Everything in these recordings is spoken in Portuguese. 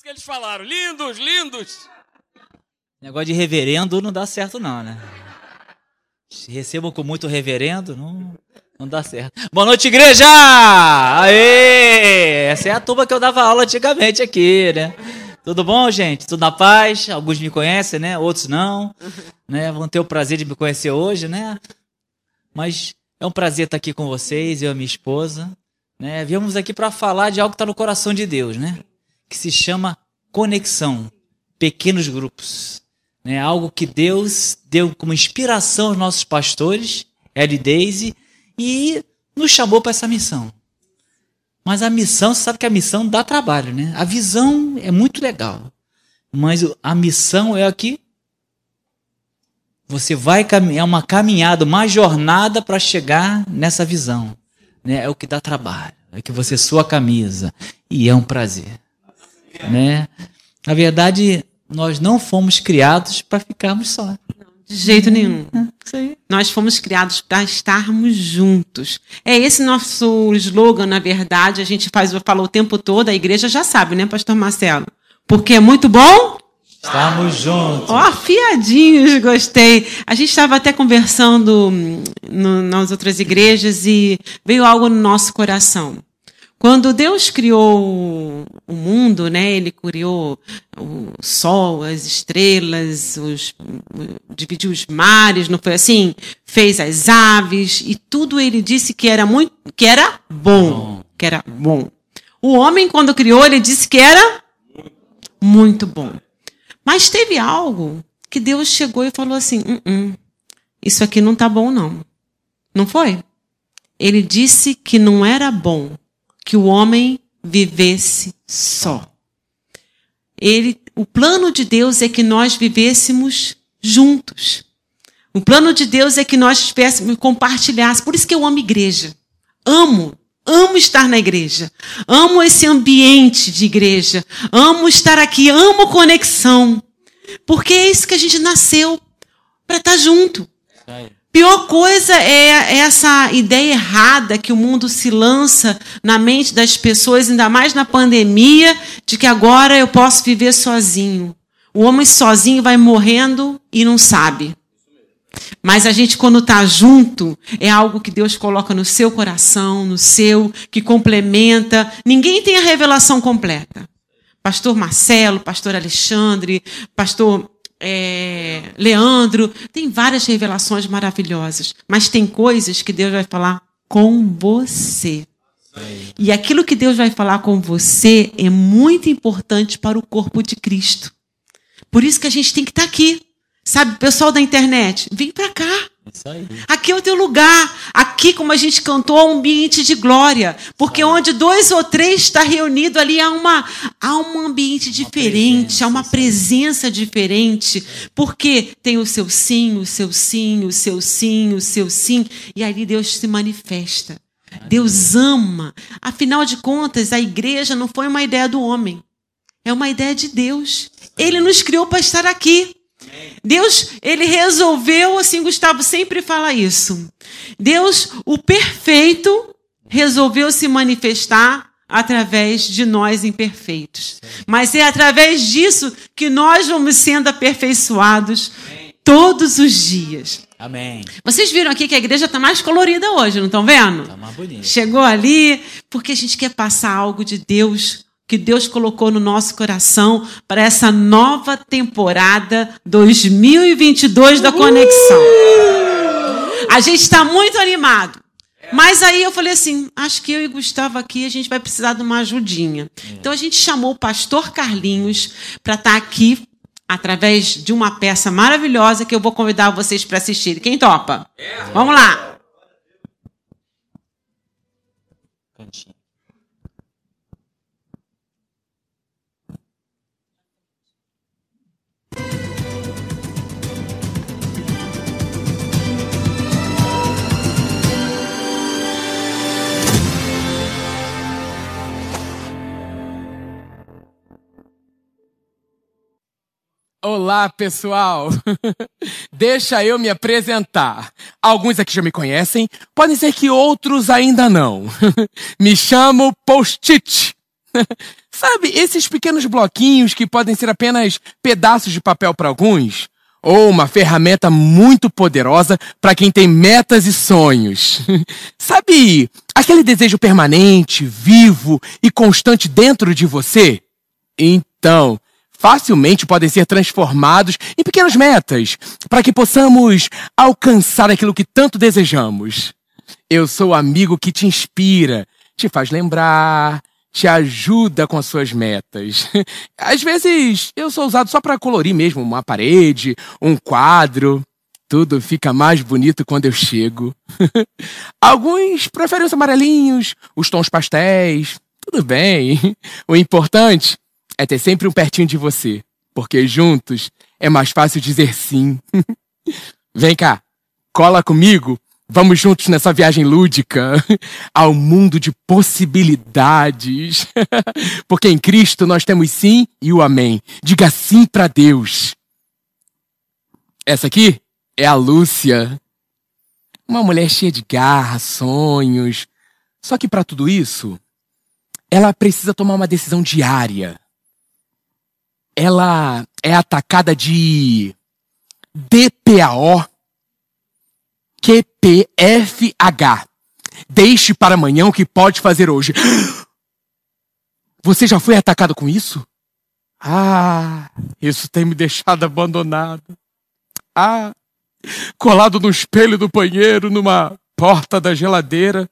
que eles falaram. Lindos, lindos. Negócio de reverendo não dá certo não, né? Se recebam com muito reverendo, não dá certo. Boa noite, igreja! Aê! Essa é a turma que eu dava aula antigamente aqui, né? Tudo bom, gente? Tudo na paz? Alguns me conhecem, né? Outros não, né? Vão ter o prazer de me conhecer hoje, né? Mas é um prazer estar aqui com vocês, eu e minha esposa, né? Viemos aqui para falar de algo que está no coração de Deus, né? Que se chama conexão, pequenos grupos, né? Algo que Deus deu como inspiração aos nossos pastores, Ed e Daisy, e nos chamou para essa missão. Mas a missão, você sabe que a missão dá trabalho, né? A visão é muito legal, mas a missão é aqui. Você vai caminhar, é uma caminhada, uma jornada para chegar nessa visão, né? É o que dá trabalho, é que você sua a camisa e é um prazer, né? Na verdade, nós não fomos criados para ficarmos só. De jeito nenhum. Isso aí. Nós fomos criados para estarmos juntos. É esse nosso slogan, na verdade. A gente falou o tempo todo, a igreja já sabe, né, pastor Marcelo? Porque é muito bom Estamos juntos. Ó, afiadinhos, gostei. A gente estava até conversando nas outras igrejas e veio algo no nosso coração. Quando Deus criou o mundo, né, Ele criou o sol, as estrelas, dividiu os mares, não foi assim? Fez as aves e tudo Ele disse que era bom. O homem, quando criou, Ele disse que era muito bom. Mas teve algo que Deus chegou e falou assim, isso aqui não está bom não. Não foi? Ele disse que não era bom que o homem vivesse só. O plano de Deus é que nós vivêssemos juntos. O plano de Deus é que nós compartilhássemos. Por isso que eu amo igreja. Amo estar na igreja. Amo esse ambiente de igreja. Amo estar aqui. Amo conexão. Porque é isso que a gente nasceu para estar junto. Pior coisa é essa ideia errada que o mundo se lança na mente das pessoas, ainda mais na pandemia, de que agora eu posso viver sozinho. O homem sozinho vai morrendo e não sabe. Mas a gente, quando está junto, é algo que Deus coloca no seu coração, no seu, que complementa. Ninguém tem a revelação completa. Pastor Marcelo, pastor Alexandre, pastor Leandro, tem várias revelações maravilhosas. Mas tem coisas que Deus vai falar com você. E aquilo que Deus vai falar com você é muito importante para o corpo de Cristo. Por isso que a gente tem que estar aqui. Sabe, pessoal da internet, vem para cá. Isso aí. Aqui é o teu lugar. Aqui, como a gente cantou, é um ambiente de glória. Porque onde 2 ou 3 está reunido ali, há um ambiente diferente, há uma presença diferente. Porque tem o seu sim, o seu sim, o seu sim, o seu sim. E ali Deus se manifesta. Deus ama. Afinal de contas, a igreja não foi uma ideia do homem. É uma ideia de Deus. Ele nos criou para estar aqui. Deus, ele resolveu, assim, Gustavo sempre fala isso. Deus, o perfeito, resolveu se manifestar através de nós imperfeitos. Mas é através disso que nós vamos sendo aperfeiçoados todos os dias. Amém. Vocês viram aqui que a igreja está mais colorida hoje, não estão vendo? Está mais bonita. Chegou ali porque a gente quer passar algo de Deus que Deus colocou no nosso coração para essa nova temporada 2022 da Conexão. A gente está muito animado. Mas aí eu falei assim, acho que eu e Gustavo aqui, a gente vai precisar de uma ajudinha. Então a gente chamou o pastor Carlinhos para estar aqui através de uma peça maravilhosa que eu vou convidar vocês para assistirem. Quem topa? Vamos lá. Cantinho. Olá, pessoal! Deixa eu me apresentar. Alguns aqui já me conhecem, podem ser que outros ainda não. Me chamo Post-it. Sabe, esses pequenos bloquinhos que podem ser apenas pedaços de papel para alguns, ou uma ferramenta muito poderosa para quem tem metas e sonhos. Sabe, aquele desejo permanente, vivo e constante dentro de você? Então, facilmente podem ser transformados em pequenas metas para que possamos alcançar aquilo que tanto desejamos. Eu sou o amigo que te inspira, te faz lembrar, te ajuda com as suas metas. Às vezes, eu sou usado só para colorir mesmo uma parede, um quadro. Tudo fica mais bonito quando eu chego. Alguns preferem os amarelinhos, os tons pastéis. Tudo bem. O importante é ter sempre um pertinho de você, porque juntos é mais fácil dizer sim. Vem cá, cola comigo. Vamos juntos nessa viagem lúdica ao mundo de possibilidades. Porque em Cristo nós temos sim e o amém. Diga sim para Deus. Essa aqui é a Lúcia. Uma mulher cheia de garra, sonhos. Só que para tudo isso, ela precisa tomar uma decisão diária. Ela é atacada de DPAO. QPFH. Deixe para amanhã o que pode fazer hoje. Você já foi atacado com isso? Isso tem me deixado abandonado. Colado no espelho do banheiro, numa porta da geladeira.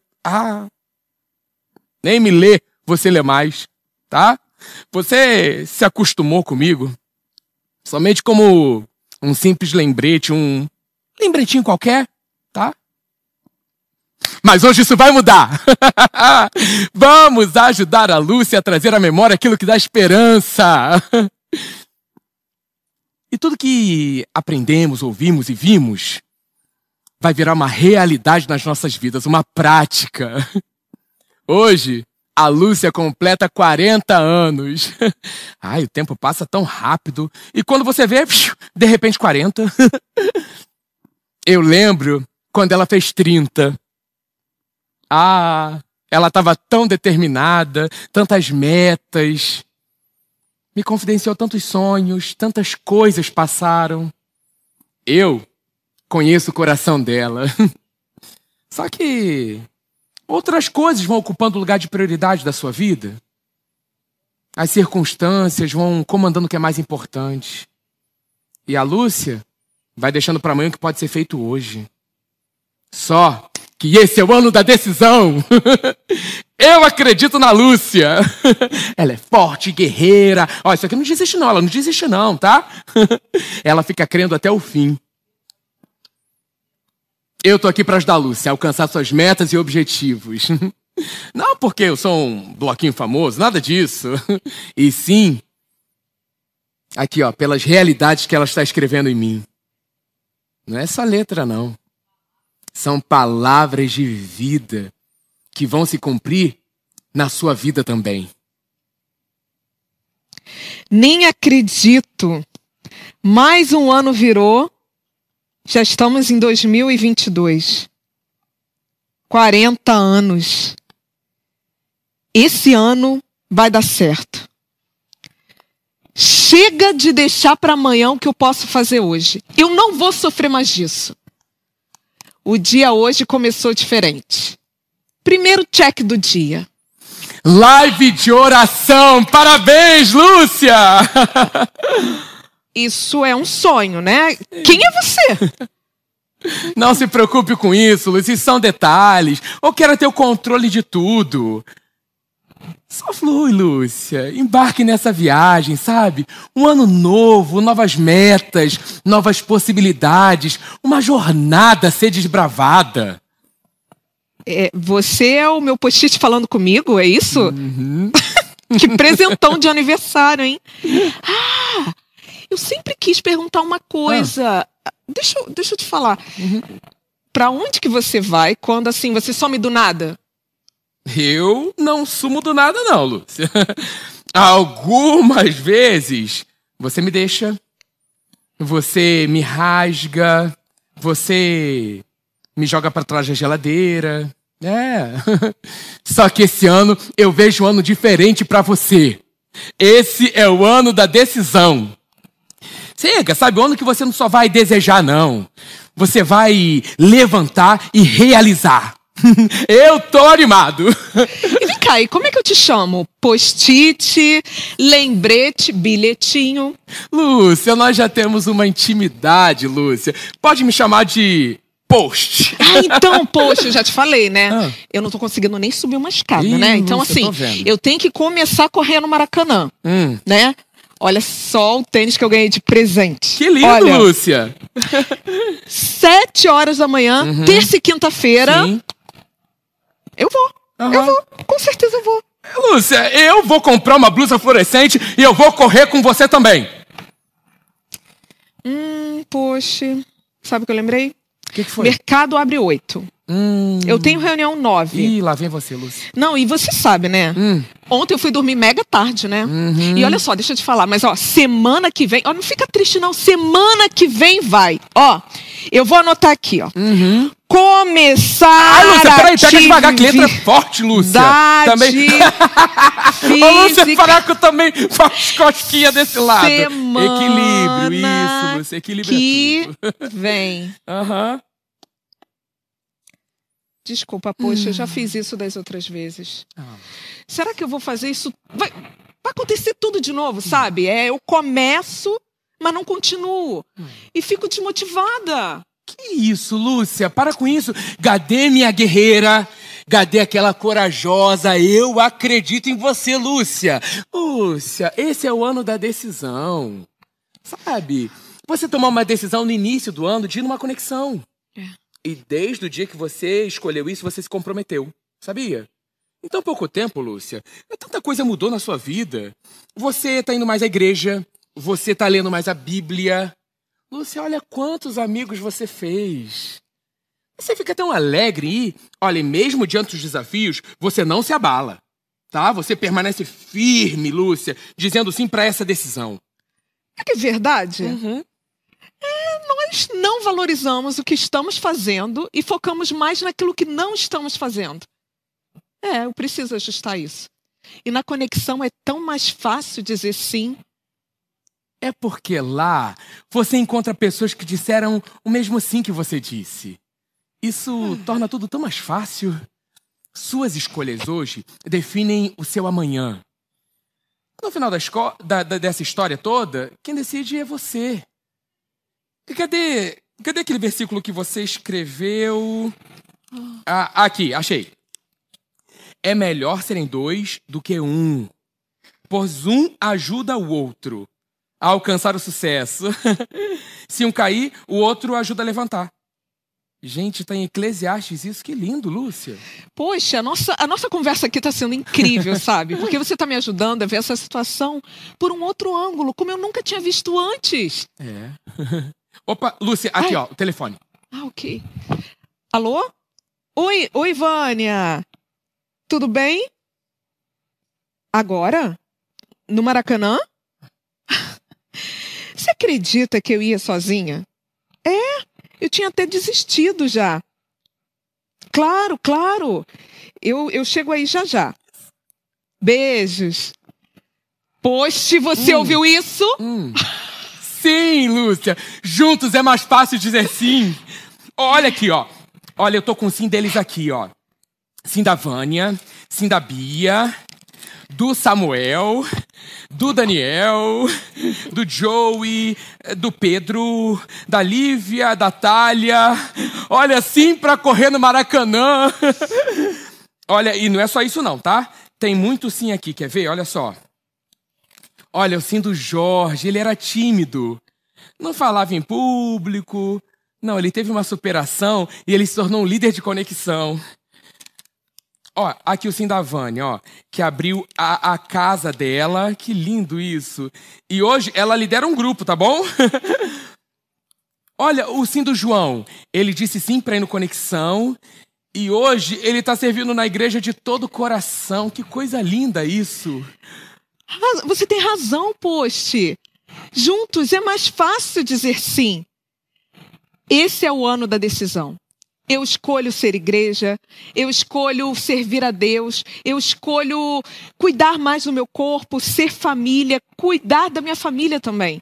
Nem me lê, você lê mais, tá? Você se acostumou comigo somente como um simples lembrete, um lembretinho qualquer. Tá? Mas hoje isso vai mudar. Vamos ajudar a Lúcia a trazer à memória aquilo que dá esperança. E tudo que aprendemos, ouvimos e vimos vai virar uma realidade nas nossas vidas, uma prática. Hoje, a Lúcia completa 40 anos. O tempo passa tão rápido. E quando você vê, de repente 40. Eu lembro quando ela fez 30. Ela estava tão determinada, tantas metas. Me confidenciou tantos sonhos, tantas coisas passaram. Eu conheço o coração dela. Só que outras coisas vão ocupando o lugar de prioridade da sua vida. As circunstâncias vão comandando o que é mais importante. E a Lúcia vai deixando para amanhã o que pode ser feito hoje. Só que esse é o ano da decisão. Eu acredito na Lúcia. Ela é forte, guerreira. Isso aqui não desiste não, ela não desiste não, tá? Ela fica crendo até o fim. Eu tô aqui para ajudar a Lúcia a alcançar suas metas e objetivos. Não porque eu sou um bloquinho famoso, nada disso. E sim, aqui pelas realidades que ela está escrevendo em mim. Não é só letra não. São palavras de vida que vão se cumprir na sua vida também. Nem acredito. Mais um ano virou. Já estamos em 2022. 40 anos. Esse ano vai dar certo. Chega de deixar para amanhã o que eu posso fazer hoje. Eu não vou sofrer mais disso. O dia hoje começou diferente. Primeiro check do dia. Live de oração. Parabéns, Lúcia! Isso é um sonho, né? Quem é você? Não se preocupe com isso, Lúcia. Isso são detalhes. Eu quero ter o controle de tudo. Só flui, Lúcia. Embarque nessa viagem, sabe? Um ano novo, novas metas, novas possibilidades. Uma jornada a ser desbravada. Você é o meu post-it falando comigo, é isso? Uhum. Que presentão de aniversário, hein? Eu sempre quis perguntar uma coisa. Deixa eu te falar. Uhum. Pra onde que você vai quando, assim, você some do nada? Eu não sumo do nada, não, Lúcia. Algumas vezes você me deixa, você me rasga, você me joga pra trás da geladeira. É. Só que esse ano eu vejo um ano diferente pra você. Esse é o ano da decisão. Chega, sabe, o ano que você não só vai desejar, não. Você vai levantar e realizar. Eu tô animado. E vem cá, e como é que eu te chamo? Post-it, lembrete, bilhetinho? Lúcia, nós já temos uma intimidade, Lúcia. Pode me chamar de Post. Então, poxa, eu já te falei, né? Ah. Eu não tô conseguindo nem subir uma escada, Ih, né? Então, Lúcia, assim, tô vendo. eu tenho que começar a correr no Maracanã, né? Olha só o tênis que eu ganhei de presente. Que lindo, Olha, Lúcia. 7 horas da manhã, terça e quinta-feira, Sim. eu vou. Aham. Eu vou, com certeza eu vou. Lúcia, eu vou comprar uma blusa fluorescente e eu vou correr com você também. Poxa, sabe o que eu lembrei? O que foi? Mercado abre 8. Eu tenho reunião 9. Ih, lá vem você, Lúcia. Não, e você sabe, né? Ontem eu fui dormir mega tarde, né? E olha só, deixa eu te falar, mas ó, semana que vem, ó, não fica triste não, semana que vem vai. Ó, eu vou anotar aqui, ó. Começar Lúcia, peraí, pega devagar, que letra é forte, Lúcia. Também. Ô, Lúcia, parar que eu também faço cosquinha desse lado. Equilíbrio, isso, Lúcia, equilíbrio que é tudo. vem. Aham. Desculpa, poxa, eu já fiz isso das outras vezes. Será que eu vou fazer isso? Vai acontecer tudo de novo, sabe? Eu começo, mas não continuo. E fico desmotivada. Que isso, Lúcia? Para com isso. Gadê, minha guerreira. Gadê, aquela corajosa. Eu acredito em você, Lúcia. Lúcia, esse é o ano da decisão. Sabe? Você tomou uma decisão no início do ano de ir numa conexão. E desde o dia que você escolheu isso, você se comprometeu. Sabia? Em tão pouco tempo, Lúcia, tanta coisa mudou na sua vida. Você tá indo mais à igreja. Você tá lendo mais a Bíblia. Lúcia, olha quantos amigos você fez. Você fica tão alegre e, olha, mesmo diante dos desafios, você não se abala, tá? Você permanece firme, Lúcia, dizendo sim para essa decisão. É que é verdade? Nós não valorizamos o que estamos fazendo e focamos mais naquilo que não estamos fazendo. Eu preciso ajustar isso. E na conexão é tão mais fácil dizer sim. É porque lá você encontra pessoas que disseram o mesmo sim que você disse. Isso torna tudo tão mais fácil. Suas escolhas hoje definem o seu amanhã. No final dessa história toda, quem decide é você. E cadê aquele versículo que você escreveu? Aqui, achei. É melhor serem 2 do que 1, pois um ajuda o outro a alcançar o sucesso. Se um cair, o outro ajuda a levantar. Gente, tá em Eclesiastes isso, que lindo, Lúcia. Poxa, a nossa conversa aqui tá sendo incrível, sabe? Porque você tá me ajudando a ver essa situação por um outro ângulo, como eu nunca tinha visto antes. Opa, Lúcia, aqui ó, o telefone. Ok. Alô? Oi, Vânia. Tudo bem? Agora? No Maracanã? Você acredita que eu ia sozinha? Eu tinha até desistido já. Claro. Eu chego aí já. Beijos. Poxa, você ouviu isso? Sim, Lúcia. Juntos é mais fácil dizer sim. Olha aqui, ó. Olha, eu tô com o sim deles aqui, ó. Sim da Vânia, sim da Bia, do Samuel, do Daniel, do Joey, do Pedro, da Lívia, da Thalia. Olha, sim pra correr no Maracanã. Olha, e não é só isso não, tá? Tem muito sim aqui, quer ver? Olha só. Olha, o sim do Jorge, ele era tímido. Não falava em público. Não, ele teve uma superação e ele se tornou um líder de conexão. Ó, aqui o sim da Vânia, ó, que abriu a casa dela. Que lindo isso. E hoje ela lidera um grupo, tá bom? Olha, o sim do João. Ele disse sim pra ir no Conexão. E hoje ele tá servindo na igreja de todo o coração. Que coisa linda isso. Você tem razão, Post. Juntos é mais fácil dizer sim. Esse é o ano da decisão. Eu escolho ser igreja, eu escolho servir a Deus, eu escolho cuidar mais do meu corpo, ser família, cuidar da minha família também.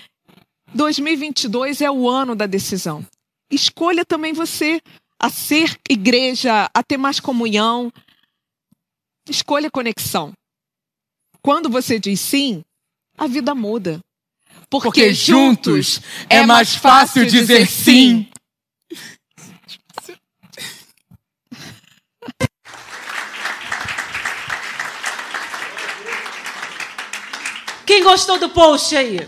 2022 é o ano da decisão. Escolha também você a ser igreja, a ter mais comunhão. Escolha conexão. Quando você diz sim, a vida muda. Porque juntos é mais fácil dizer sim. Quem gostou do post aí?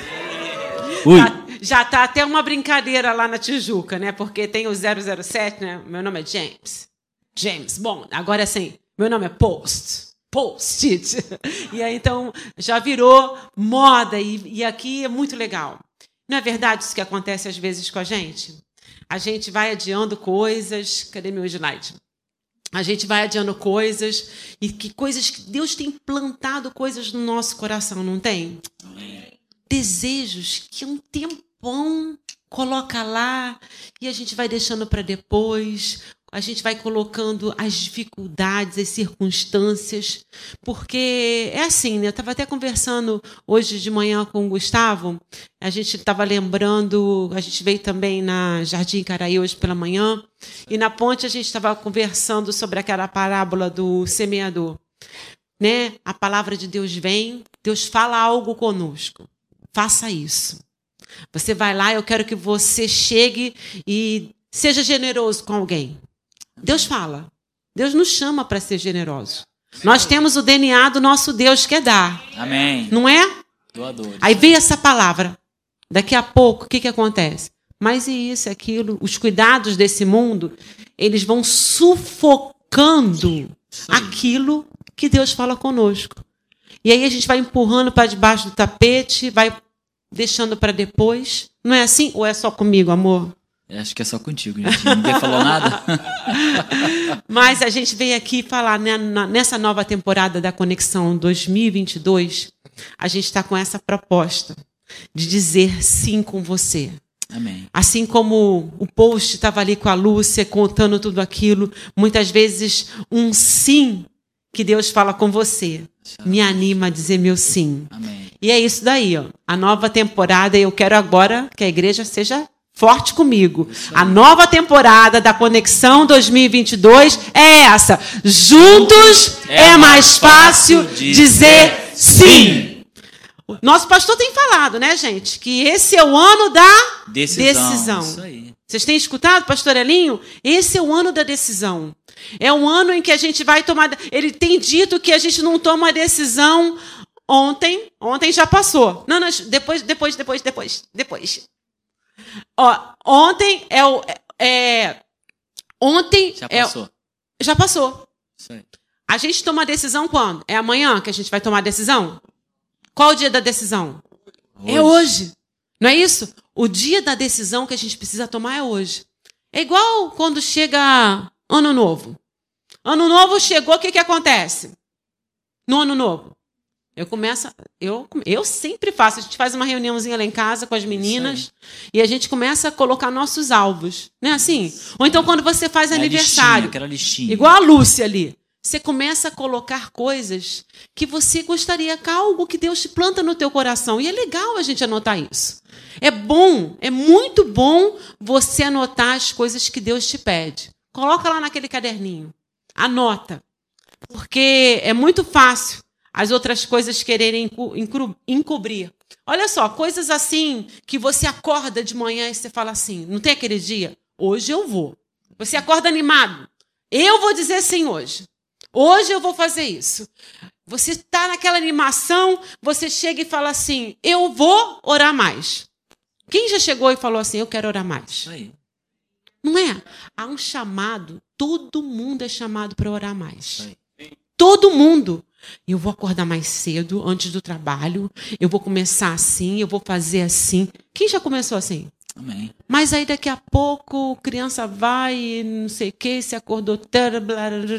Ui. Já tá até uma brincadeira lá na Tijuca, né? Porque tem o 007, né? Meu nome é James. James Bond. Agora assim, meu nome é Post-it. E aí, então, já virou moda. E aqui é muito legal. Não é verdade isso que acontece às vezes com a gente? A gente vai adiando coisas. Cadê meu slide? A gente vai adiando coisas coisas que Deus tem plantado coisas no nosso coração, não tem? Desejos que um tempão coloca lá e a gente vai deixando para depois. A gente vai colocando as dificuldades, as circunstâncias, porque é assim, né? Eu estava até conversando hoje de manhã com o Gustavo, a gente estava lembrando, a gente veio também na Jardim Caraí hoje pela manhã, e na ponte a gente estava conversando sobre aquela parábola do semeador. Né? A palavra de Deus vem, Deus fala algo conosco. Faça isso. Você vai lá, eu quero que você chegue e seja generoso com alguém. Deus fala. Deus nos chama para ser generoso. Nós temos o DNA do nosso Deus que é dar. Amém. Não é? Doador. Aí veio essa palavra. Daqui a pouco, o que acontece? Mas e isso, aquilo? Os cuidados desse mundo, eles vão sufocando aquilo que Deus fala conosco. E aí a gente vai empurrando para debaixo do tapete, vai deixando para depois. Não é assim? Ou é só comigo, amor? Acho que é só contigo, gente. Ninguém falou nada. Mas a gente veio aqui falar, né, nessa nova temporada da Conexão 2022, a gente está com essa proposta de dizer sim com você. Amém. Assim como o post estava ali com a Lúcia, contando tudo aquilo, muitas vezes um sim que Deus fala com você me anima a dizer meu sim. Amém. E é isso daí, ó. A nova temporada, eu quero agora que a igreja seja forte comigo. A nova temporada da Conexão 2022 é essa. Juntos é mais fácil dizer sim. Nosso pastor tem falado, né, gente? Que esse é o ano da decisão. Isso aí. Vocês têm escutado, pastor Elinho? Esse é o ano da decisão. É um ano em que a gente vai tomar... Ele tem dito que a gente não toma a decisão ontem. Ontem já passou. Não, depois. Ó, ontem ontem Já passou. Já passou. Isso aí. A gente toma a decisão quando? É amanhã que a gente vai tomar a decisão? Qual o dia da decisão? Hoje. É hoje. Não é isso? O dia da decisão que a gente precisa tomar é hoje. É igual quando chega Ano Novo. Ano Novo chegou, o que acontece? No Ano Novo. Eu sempre faço. A gente faz uma reuniãozinha lá em casa com as meninas e a gente começa a colocar nossos alvos. Não é assim? Ou então quando você faz aniversário. Aquela listinha. Igual a Lúcia ali. Você começa a colocar coisas que você gostaria, algo que Deus te planta no teu coração. E é legal a gente anotar isso. É bom, é muito bom você anotar as coisas que Deus te pede. Coloca lá naquele caderninho. Anota. Porque é muito fácil as outras coisas quererem encobrir. Olha só, coisas assim que você acorda de manhã e você fala assim, não tem aquele dia? Hoje eu vou. Você acorda animado. Eu vou dizer sim hoje. Hoje eu vou fazer isso. Você está naquela animação, você chega e fala assim, eu vou orar mais. Quem já chegou e falou assim, eu quero orar mais? Isso aí. Não é? Há um chamado, todo mundo é chamado para orar mais. Isso aí. Todo mundo. Eu vou acordar mais cedo, antes do trabalho, eu vou começar assim, eu vou fazer assim. Quem já começou assim? Amém. Mas aí daqui a pouco, criança vai, não sei o que, se acordou tarde.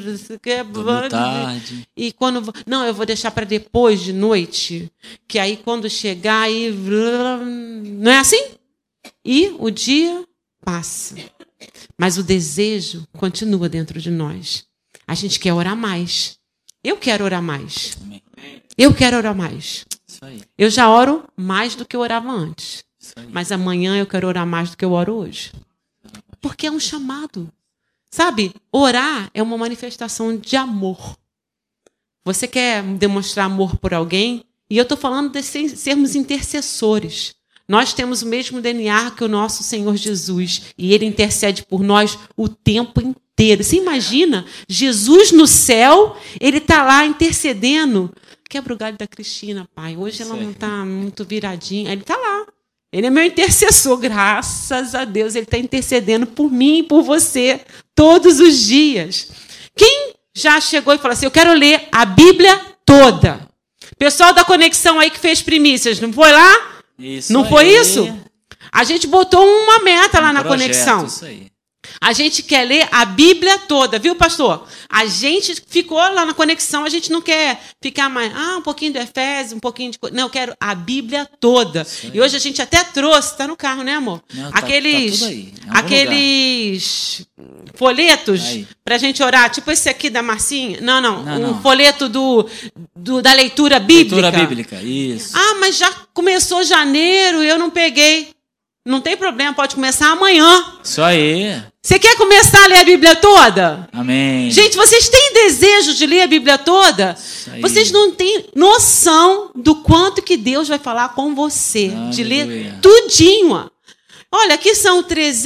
E quando... Não, eu vou deixar para depois de noite, que aí quando chegar, aí... Não é assim? E o dia passa. Mas o desejo continua dentro de nós. A gente quer orar mais. Eu quero orar mais. Eu quero orar mais. Isso aí. Eu já oro mais do que eu orava antes. Isso aí. Mas amanhã eu quero orar mais do que eu oro hoje. Porque é um chamado. Sabe, orar é uma manifestação de amor. Você quer demonstrar amor por alguém? E eu estou falando de sermos intercessores. Nós temos o mesmo DNA que o nosso Senhor Jesus. E Ele intercede por nós o tempo inteiro. Você imagina? Jesus no céu, Ele está lá intercedendo. Quebra o galho da Cristina, pai. Hoje ela não está muito viradinha. Ele está lá. Ele é meu intercessor, graças a Deus. Ele está intercedendo por mim e por você todos os dias. Quem já chegou e falou assim, eu quero ler a Bíblia toda? Pessoal da Conexão aí que fez primícias, não foi lá? Isso não aí. foi isso? A gente botou uma meta lá na Conexão. Isso aí. A gente quer ler a Bíblia toda, viu, pastor? A gente ficou lá na Conexão, a gente não quer ficar mais, um pouquinho de Efésios, um pouquinho de... Não, eu quero a Bíblia toda. E hoje a gente até trouxe, tá no carro, né, amor? Não, aqueles tá tudo aí, aqueles folhetos pra gente orar, tipo esse aqui da Marcinha. Não. Folheto da leitura bíblica. Leitura bíblica, isso. Mas já começou janeiro e eu não peguei. Não tem problema, pode começar amanhã. Isso aí. Você quer começar a ler a Bíblia toda? Amém. Gente, vocês têm desejo de ler a Bíblia toda? Vocês não têm noção do quanto que Deus vai falar com você. Aleluia. De ler tudinho. Olha, aqui são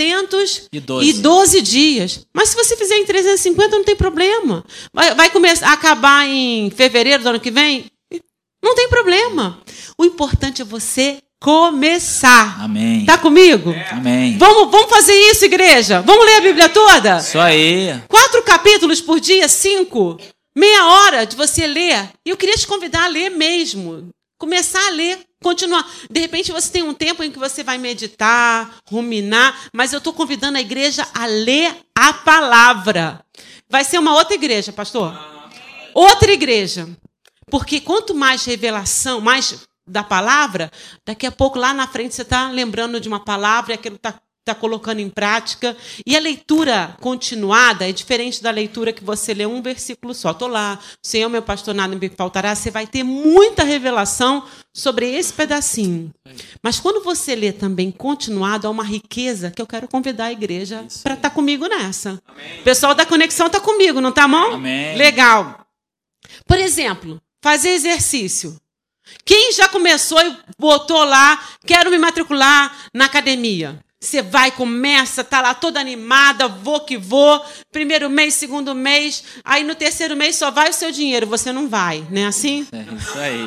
312 dias. Mas se você fizer em 350, não tem problema. Vai começar a acabar em fevereiro do ano que vem? Não tem problema. O importante é você começar. Amém. Tá comigo? Amém. Vamos fazer isso, igreja? Vamos ler a Bíblia toda? Isso aí. 4 capítulos por dia, 5. Meia hora de você ler. E eu queria te convidar a ler mesmo. Começar a ler, continuar. De repente você tem um tempo em que você vai meditar, ruminar, mas eu estou convidando a igreja a ler a palavra. Vai ser uma outra igreja, pastor? Outra igreja. Porque quanto mais revelação, mais da palavra, daqui a pouco lá na frente você está lembrando de uma palavra e aquilo está colocando em prática. E a leitura continuada é diferente da leitura que você lê um versículo só. Estou lá, Senhor, meu pastor, nada me faltará. Você vai ter muita revelação sobre esse pedacinho. Mas quando você lê também continuado, há uma riqueza que eu quero convidar a igreja para estar comigo nessa. Amém. O pessoal da Conexão está comigo, não está, bom? Amém. Legal. Por exemplo, fazer exercício. Quem já começou e botou lá, quero me matricular na academia? Você vai, começa, está lá toda animada, vou que vou. Primeiro mês, segundo mês, aí no terceiro mês só vai o seu dinheiro, você não vai, não é assim? É isso aí.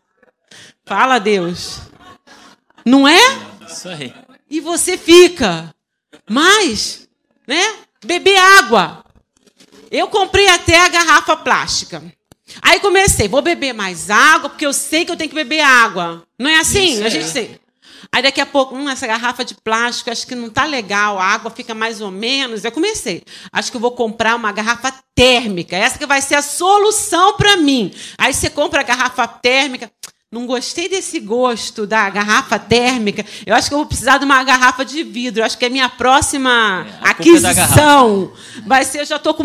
Fala, Deus. Não é? Isso aí. E você fica. Mas, né? Beber água. Eu comprei até a garrafa plástica. Aí comecei, vou beber mais água, porque eu sei que eu tenho que beber água. Não é assim? Isso a gente tem. Aí daqui a pouco, essa garrafa de plástico, acho que não está legal, a água fica mais ou menos. Eu comecei. Acho que eu vou comprar uma garrafa térmica. Essa que vai ser a solução para mim. Aí você compra a garrafa térmica. Não gostei desse gosto da garrafa térmica. Eu acho que eu vou precisar de uma garrafa de vidro. Eu acho que é a minha próxima aquisição. Vai ser, eu já estou com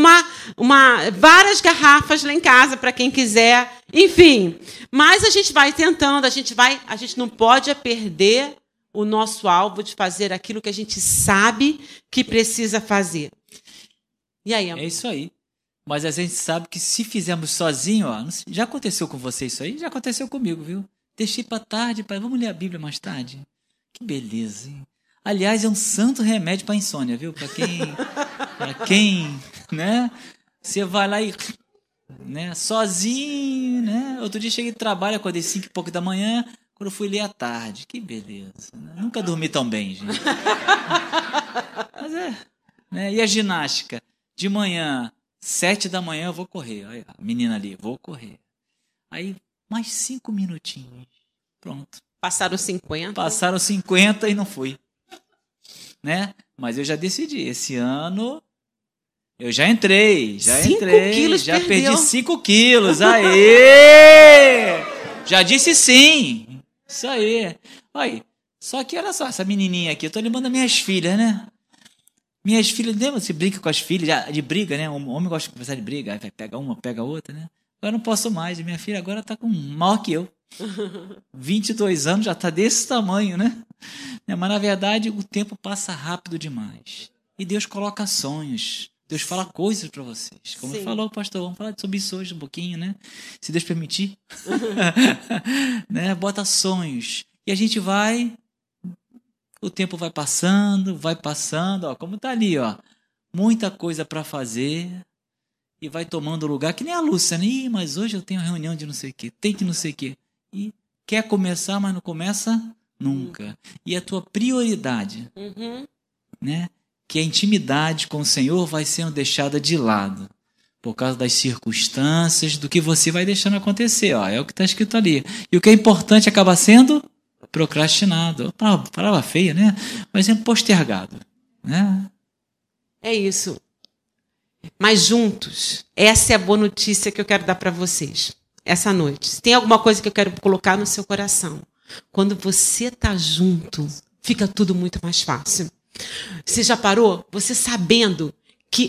várias garrafas lá em casa, para quem quiser. Enfim, mas a gente vai tentando, a gente não pode perder o nosso alvo de fazer aquilo que a gente sabe que precisa fazer. E aí, amor? É isso aí. Mas a gente sabe que se fizermos sozinho, já aconteceu com você isso aí? Já aconteceu comigo, viu? Deixei para tarde, pai, vamos ler a Bíblia mais tarde. Que beleza, hein? Aliás, é um santo remédio para insônia, viu? Para quem, né? Você vai lá e, né, sozinho, né? Outro dia cheguei de trabalho, acordei 5 e pouco da manhã, quando eu fui ler à tarde. Que beleza. Né? Nunca dormi tão bem, gente. Mas né? E a ginástica? De manhã, 7 da manhã eu vou correr. Aí, a menina ali, vou correr. Aí, mais 5 minutinhos. Pronto. Passaram 50. Passaram 50 e não fui. Né? Mas eu já decidi. Esse ano eu já entrei. 5 quilos já perdeu. perdi 5 quilos. Aê! Já disse sim. Isso aí. Aí. Só que olha só, essa menininha aqui. Eu tô lembrando das minhas filhas, né? Minhas filhas, lembra? Você brinca com as filhas, de briga, né? O homem gosta de conversar de briga, aí pega uma, pega outra, né? Agora não posso mais. Minha filha agora tá com maior que eu. 22 anos, já tá desse tamanho, né? Mas na verdade o tempo passa rápido demais. E Deus coloca sonhos. Deus fala coisas para vocês. Como falou, pastor, vamos falar sobre isso hoje um pouquinho, né? Se Deus permitir. Né? Bota sonhos. E a gente vai... O tempo vai passando, ó, como tá ali, ó. Muita coisa para fazer e vai tomando lugar, que nem a Lúcia, né? Ih, mas hoje eu tenho reunião de não sei o quê, tem que não sei o quê. E quer começar, mas não começa nunca. E a tua prioridade, né? Que a intimidade com o Senhor vai sendo deixada de lado por causa das circunstâncias, do que você vai deixando acontecer, ó. É o que está escrito ali. E o que é importante acaba sendo procrastinado. Palavra feia, né? Mas é postergado, né? É isso. Mas juntos, essa é a boa notícia que eu quero dar para vocês essa noite. Se tem alguma coisa que eu quero colocar no seu coração, quando você tá junto, fica tudo muito mais fácil. Você já parou? Você sabendo que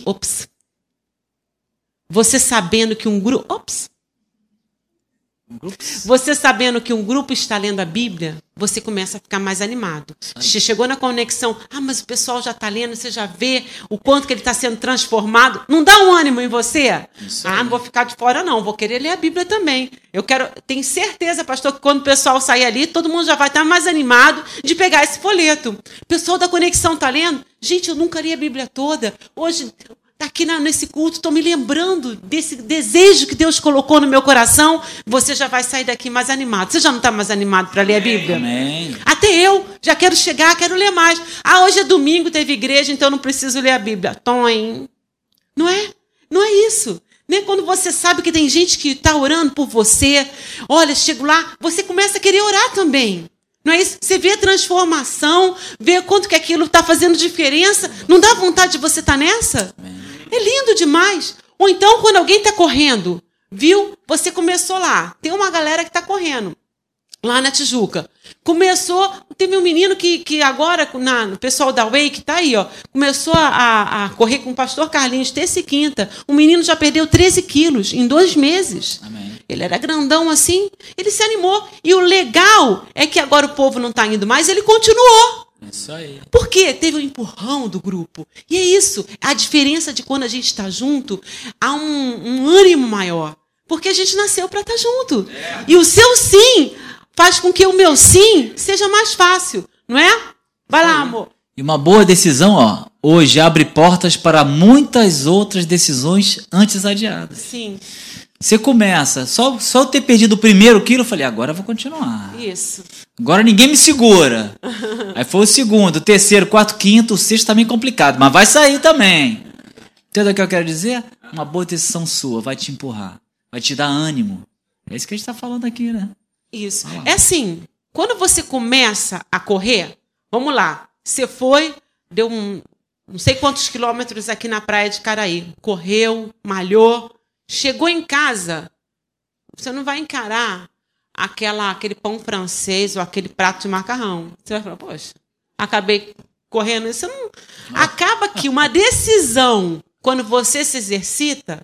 Você sabendo que um grupo está lendo a Bíblia, você começa a ficar mais animado. Você chegou na conexão, mas o pessoal já está lendo, você já vê o quanto que ele está sendo transformado. Não dá um ânimo em você? Não vou ficar de fora não, vou querer ler a Bíblia também. Tenho certeza, pastor, que quando o pessoal sair ali, todo mundo já vai estar mais animado de pegar esse folheto. O pessoal da conexão está lendo? Gente, eu nunca li a Bíblia toda. Hoje... Aqui nesse culto, estou me lembrando desse desejo que Deus colocou no meu coração. Você já vai sair daqui mais animado. Você já não está mais animado para ler a Bíblia? Amém. Até eu já quero chegar, quero ler mais. Hoje é domingo, teve igreja, então eu não preciso ler a Bíblia. Tom, não é? Não é isso. Nem quando você sabe que tem gente que está orando por você. Olha, chego lá, você começa a querer orar também. Não é isso? Você vê a transformação, vê quanto que aquilo está fazendo diferença. Não dá vontade de você estar nessa? Amém. É lindo demais. Ou então, quando alguém está correndo, viu? Você começou lá. Tem uma galera que está correndo lá na Tijuca. Teve um menino que agora, o pessoal da Wake está aí, ó, começou a correr com o pastor Carlinhos, terça e quinta. O menino já perdeu 13 quilos em 2 meses. Amém. Ele era grandão assim, ele se animou. E o legal é que agora o povo não está indo mais, ele continuou. Isso aí. Por quê? Teve um empurrão do grupo. E é isso. A diferença de quando a gente está junto, há um ânimo maior. Porque a gente nasceu para estar junto. E o seu sim faz com que o meu sim seja mais fácil. Não é? Vai lá, amor. E uma boa decisão, ó, hoje abre portas para muitas outras decisões antes adiadas. Sim. Você começa, só ter perdido o primeiro quilo, eu falei, agora eu vou continuar. Isso. Agora ninguém me segura. Aí foi o segundo, o terceiro, quarto, quinto, o sexto tá meio complicado, mas vai sair também. Entendeu o que eu quero dizer? Uma boa decisão sua vai te empurrar, vai te dar ânimo. É isso que a gente está falando aqui, né? Isso. É assim, quando você começa a correr, vamos lá, você foi, deu não sei quantos quilômetros aqui na praia de Caraí, correu, malhou, chegou em casa, você não vai encarar aquele pão francês ou aquele prato de macarrão. Você vai falar, poxa, acabei correndo. Isso não... Acaba que uma decisão, quando você se exercita,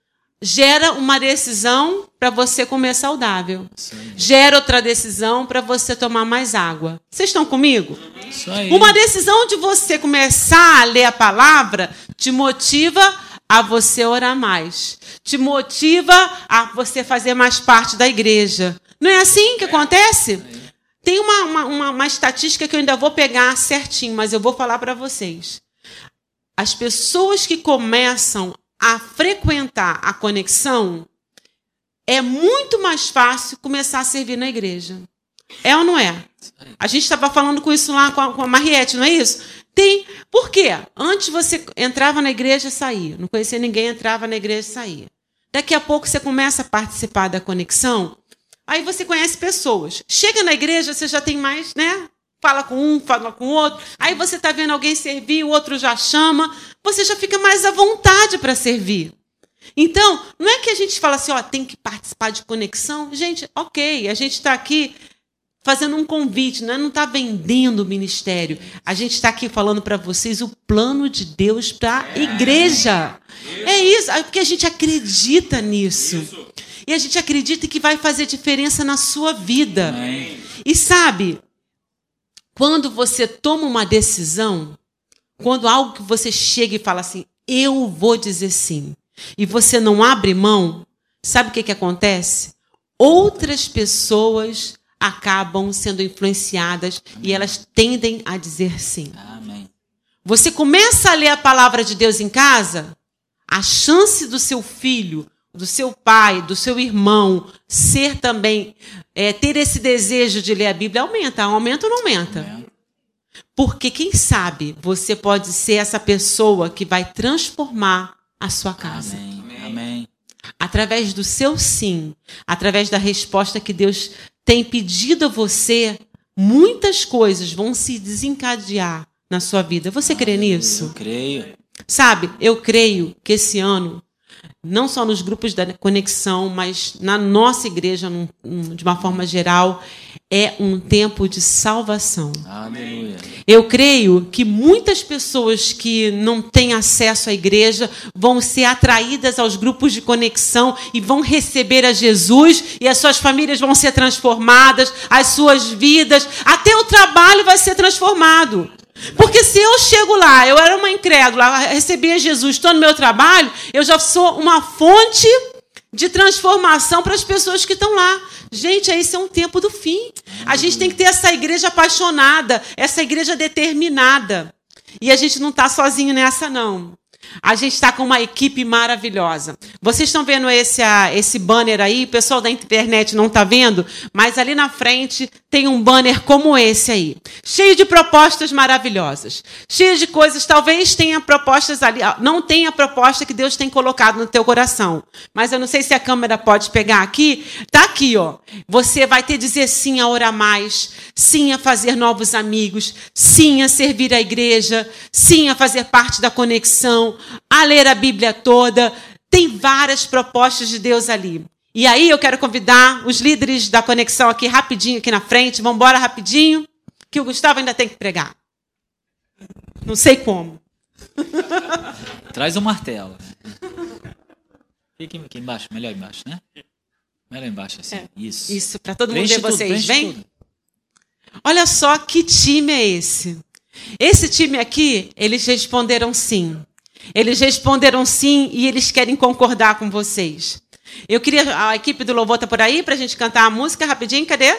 gera uma decisão para você comer saudável. Gera outra decisão para você tomar mais água. Vocês estão comigo? Isso aí. Uma decisão de você começar a ler a palavra te motiva a você orar mais. Te motiva a você fazer mais parte da igreja. Não é assim que acontece? Tem uma estatística que eu ainda vou pegar certinho, mas eu vou falar para vocês. As pessoas que começam a frequentar a conexão, é muito mais fácil começar a servir na igreja. É ou não é? A gente estava falando com isso lá com a Mariette, não é isso? Tem. Por quê? Antes você entrava na igreja e saía. Não conhecia ninguém, entrava na igreja e saía. Daqui a pouco você começa a participar da conexão, aí você conhece pessoas. Chega na igreja, você já tem mais, né? Fala com um, fala com o outro. Aí você está vendo alguém servir, o outro já chama. Você já fica mais à vontade para servir. Então, não é que a gente fala assim, ó, tem que participar de conexão. Gente, ok, a gente está aqui fazendo um convite, não está vendendo o ministério. A gente está aqui falando para vocês o plano de Deus para a igreja. É isso, porque a gente acredita nisso. E a gente acredita que vai fazer diferença na sua vida. E sabe, quando você toma uma decisão, quando algo que você chega e fala assim, eu vou dizer sim, e você não abre mão, sabe o que acontece? Outras pessoas acabam sendo influenciadas e elas tendem a dizer sim. Amém. Você começa a ler a palavra de Deus em casa, a chance do seu filho, do seu pai, do seu irmão ser também, ter esse desejo de ler a Bíblia aumenta ou não aumenta? Porque quem sabe você pode ser essa pessoa que vai transformar a sua casa. Amém. Através do seu sim, através da resposta que Deus tem pedido a você, muitas coisas vão se desencadear na sua vida. Você crê nisso? Eu creio. Sabe, eu creio que esse ano, não só nos grupos da conexão, mas na nossa igreja, de uma forma geral, é um tempo de salvação. Aleluia. Eu creio que muitas pessoas que não têm acesso à igreja vão ser atraídas aos grupos de conexão e vão receber a Jesus, e as suas famílias vão ser transformadas, as suas vidas, até o trabalho vai ser transformado. Porque se eu chego lá, eu era uma incrédula, recebia Jesus, estou no meu trabalho, eu já sou uma fonte de transformação para as pessoas que estão lá. Gente, esse é um tempo do fim. A gente tem que ter essa igreja apaixonada, essa igreja determinada. E a gente não está sozinho nessa, não. A gente está com uma equipe maravilhosa. Vocês estão vendo esse banner aí? O pessoal da internet não está vendo? Mas ali na frente tem um banner como esse aí. Cheio de propostas maravilhosas. Cheio de coisas. Talvez tenha propostas ali. Não tenha a proposta que Deus tem colocado no teu coração. Mas eu não sei se a câmera pode pegar aqui. Está aqui, ó. Você vai ter que dizer sim a orar mais. Sim a fazer novos amigos. Sim a servir a igreja. Sim a fazer parte da conexão. A ler a Bíblia toda. Tem várias propostas de Deus ali. E aí eu quero convidar os líderes da conexão aqui rapidinho, aqui na frente. Vamos embora rapidinho, que o Gustavo ainda tem que pregar. Não sei como. Traz o martelo. Fica aqui embaixo, melhor embaixo, né? Melhor embaixo, assim. Isso, para todo mundo Preenche ver vocês. Vem. tudo. Olha só que time é esse. Esse time aqui, eles responderam sim. Eles responderam sim e eles querem concordar com vocês. Eu queria... A equipe do Louvor está por aí para a gente cantar a música rapidinho. Cadê?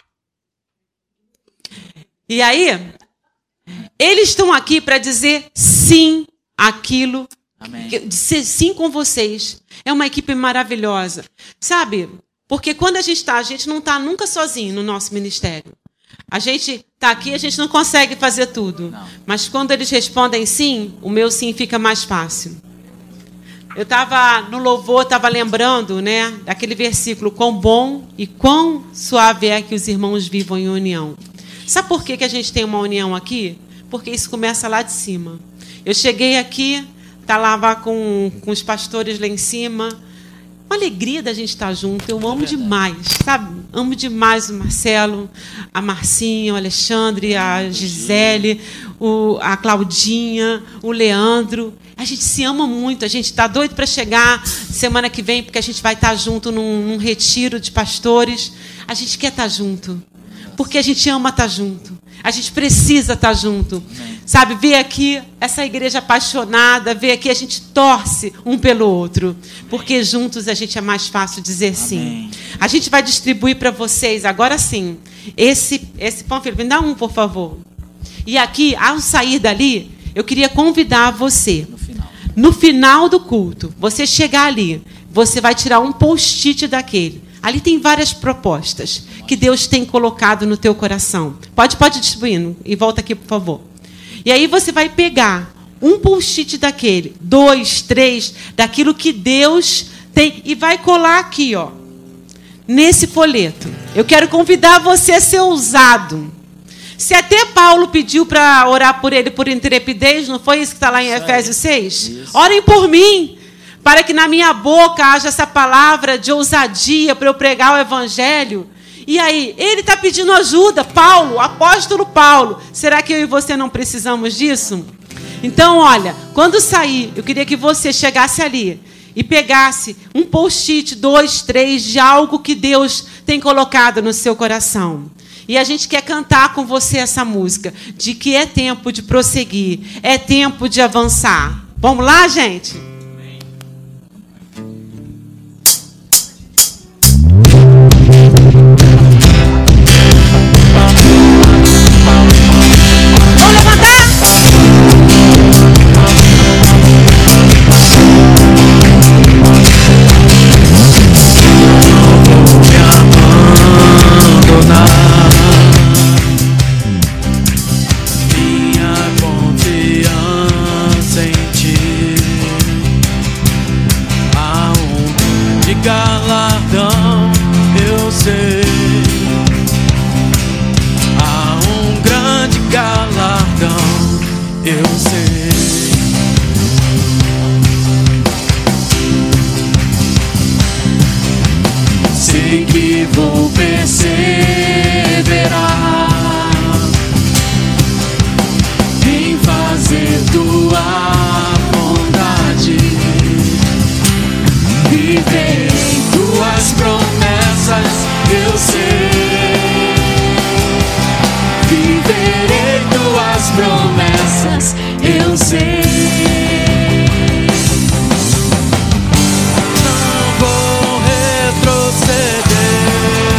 E aí, eles estão aqui para dizer sim àquilo. Amém. Dizer sim com vocês. É uma equipe maravilhosa. Sabe? Porque quando a gente não está nunca sozinho no nosso ministério. A gente está aqui, a gente não consegue fazer tudo. Não. Mas quando eles respondem sim, o meu sim fica mais fácil. Eu estava no louvor, estava lembrando, né, daquele versículo, quão bom e quão suave é que os irmãos vivam em união. Sabe por que a gente tem uma união aqui? Porque isso começa lá de cima. Eu cheguei aqui, estava com os pastores lá em cima. Uma alegria da gente estar junto. Eu amo demais, sabe? Amo demais o Marcelo, a Marcinha, o Alexandre, a Gisele, a Claudinha, o Leandro. A gente se ama muito. A gente está doido para chegar semana que vem, porque a gente vai estar junto num retiro de pastores. A gente quer estar junto, porque a gente ama estar junto. A gente precisa estar junto. Sabe, ver aqui essa igreja apaixonada, ver aqui a gente torce um pelo outro. Porque juntos a gente é mais fácil dizer sim. A gente vai distribuir para vocês, agora sim, esse pão, filho. Me dá um, por favor. E aqui, ao sair dali, eu queria convidar você. No final do culto, você chegar ali, você vai tirar um post-it daquele. Ali tem várias propostas que Deus tem colocado no teu coração. Pode distribuindo. E volta aqui, por favor. E aí você vai pegar um post-it daquele, 2, 3, daquilo que Deus tem, e vai colar aqui, ó, nesse folheto. Eu quero convidar você a ser ousado. Se até Paulo pediu para orar por ele por intrepidez, não foi isso que está lá em Efésios 6? Isso. Orem por mim, para que na minha boca haja essa palavra de ousadia para eu pregar o evangelho. E aí, ele está pedindo ajuda, Paulo, o apóstolo Paulo. Será que eu e você não precisamos disso? Então, olha, quando sair, eu queria que você chegasse ali e pegasse um post-it, 2, 3, de algo que Deus tem colocado no seu coração. E a gente quer cantar com você essa música, de que é tempo de prosseguir, é tempo de avançar. Vamos lá, gente? Vamos levantar? Galardão, eu sei, há um grande galardão, eu sei. Sei que vou perseverar em fazer tua vontade, viver tuas promessas, eu sei. Viverei tuas promessas, eu sei. Não vou retroceder.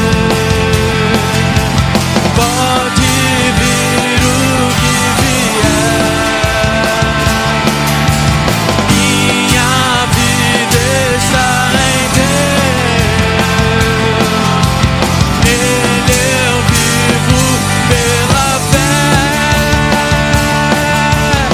Pode vir o que vier. Minha vida está em Nele eu vivo pela fé.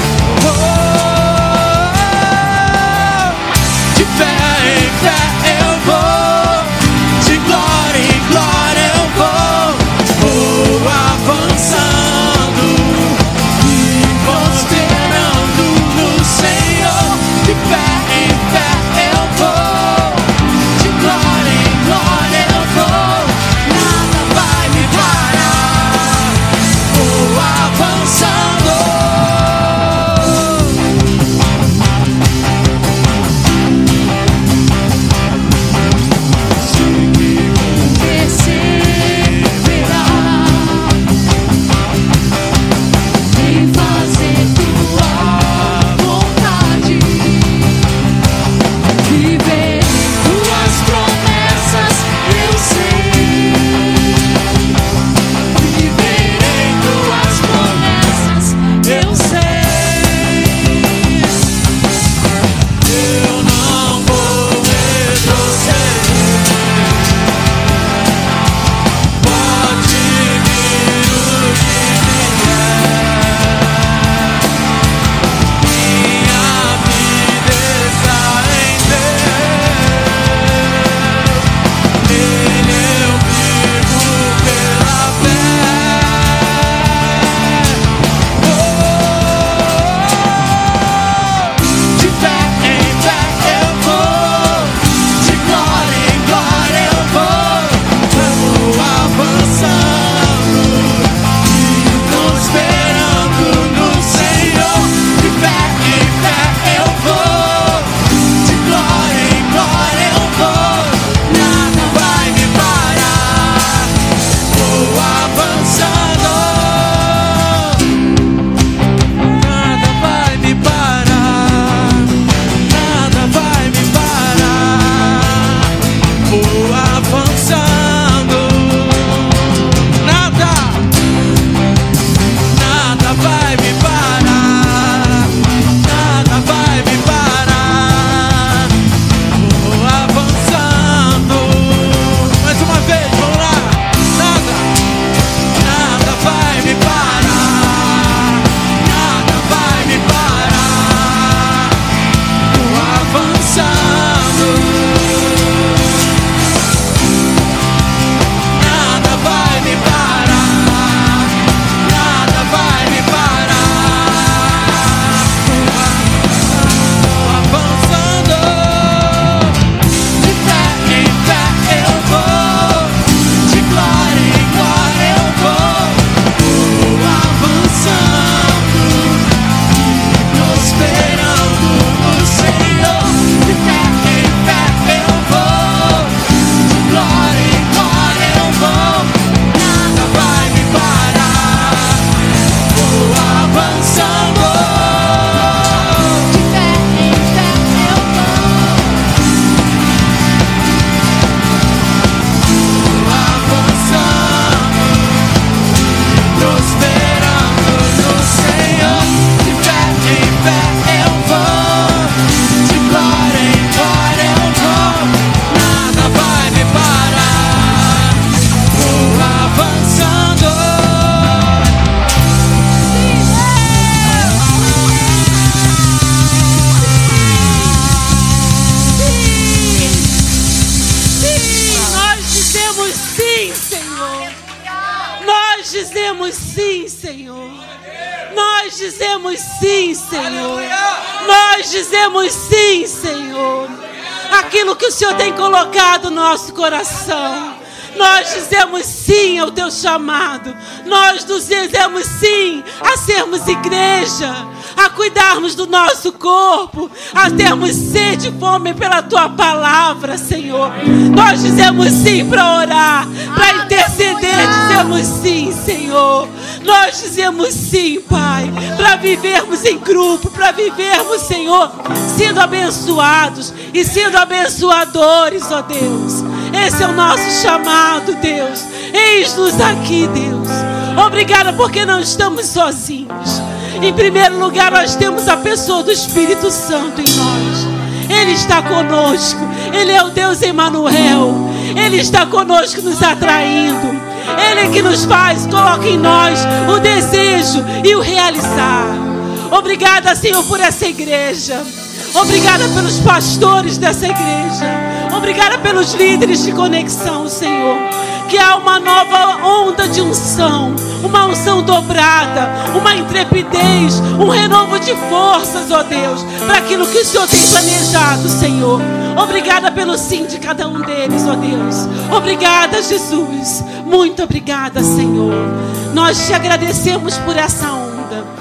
dizemos sim, Senhor. Nós dizemos sim, Senhor. Nós dizemos sim, Senhor. Aquilo que o Senhor tem colocado no nosso coração. Nós dizemos sim ao teu chamado. Nós dizemos sim a sermos igreja, a cuidarmos do nosso corpo, a termos sede e fome pela tua palavra, Senhor. Nós dizemos sim para orar, para interceder. Dizemos sim, Senhor. Nós dizemos sim, Pai, para vivermos em grupo, para vivermos, Senhor, sendo abençoados e sendo abençoadores, ó Deus. Esse é o nosso chamado, Deus. Eis-nos aqui, Deus. Obrigada porque não estamos sozinhos. Em primeiro lugar, nós temos a pessoa do Espírito Santo em nós. Ele está conosco. Ele é o Deus Emanuel. Ele está conosco nos atraindo. Ele que nos faz, coloca em nós o desejo e o realizar. Obrigada, Senhor, por essa igreja. Obrigada pelos pastores dessa igreja. Obrigada pelos líderes de conexão, Senhor. Que há uma nova onda de unção, uma unção dobrada, uma intrepidez, um renovo de forças, ó Deus, para aquilo que o Senhor tem planejado, Senhor. Obrigada pelo sim de cada um deles, ó Deus. Obrigada, Jesus. Muito obrigada, Senhor. Nós te agradecemos por essa onda.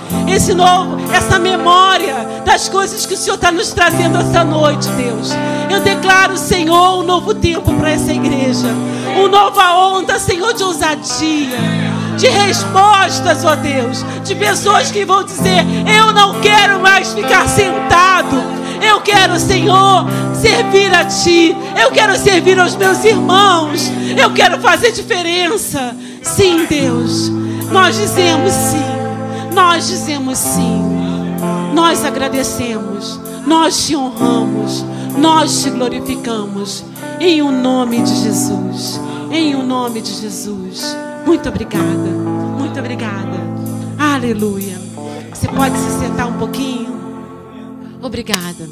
Essa memória das coisas que o Senhor está nos trazendo essa noite, Deus. Eu declaro, Senhor, um novo tempo para essa igreja. Uma nova onda, Senhor, de ousadia, de respostas, ó Deus. De pessoas que vão dizer: eu não quero mais ficar sentado. Eu quero, Senhor, servir a Ti. Eu quero servir aos meus irmãos. Eu quero fazer diferença. Sim, Deus. Nós dizemos sim. Nós dizemos sim. Nós agradecemos. Nós te honramos. Nós te glorificamos. Em o nome de Jesus. Em o nome de Jesus. Muito obrigada. Muito obrigada. Aleluia. Você pode se sentar um pouquinho? Obrigada.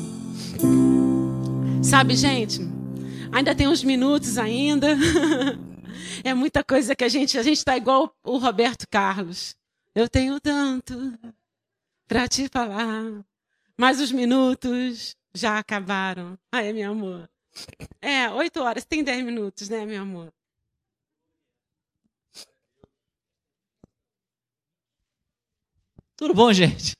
Sabe, gente, ainda tem uns minutos ainda. É muita coisa que a gente está igual o Roberto Carlos. Eu tenho tanto para te falar, mas os minutos já acabaram. Ai, meu amor. 8 horas, tem 10 minutos, né, meu amor? Tudo bom, gente?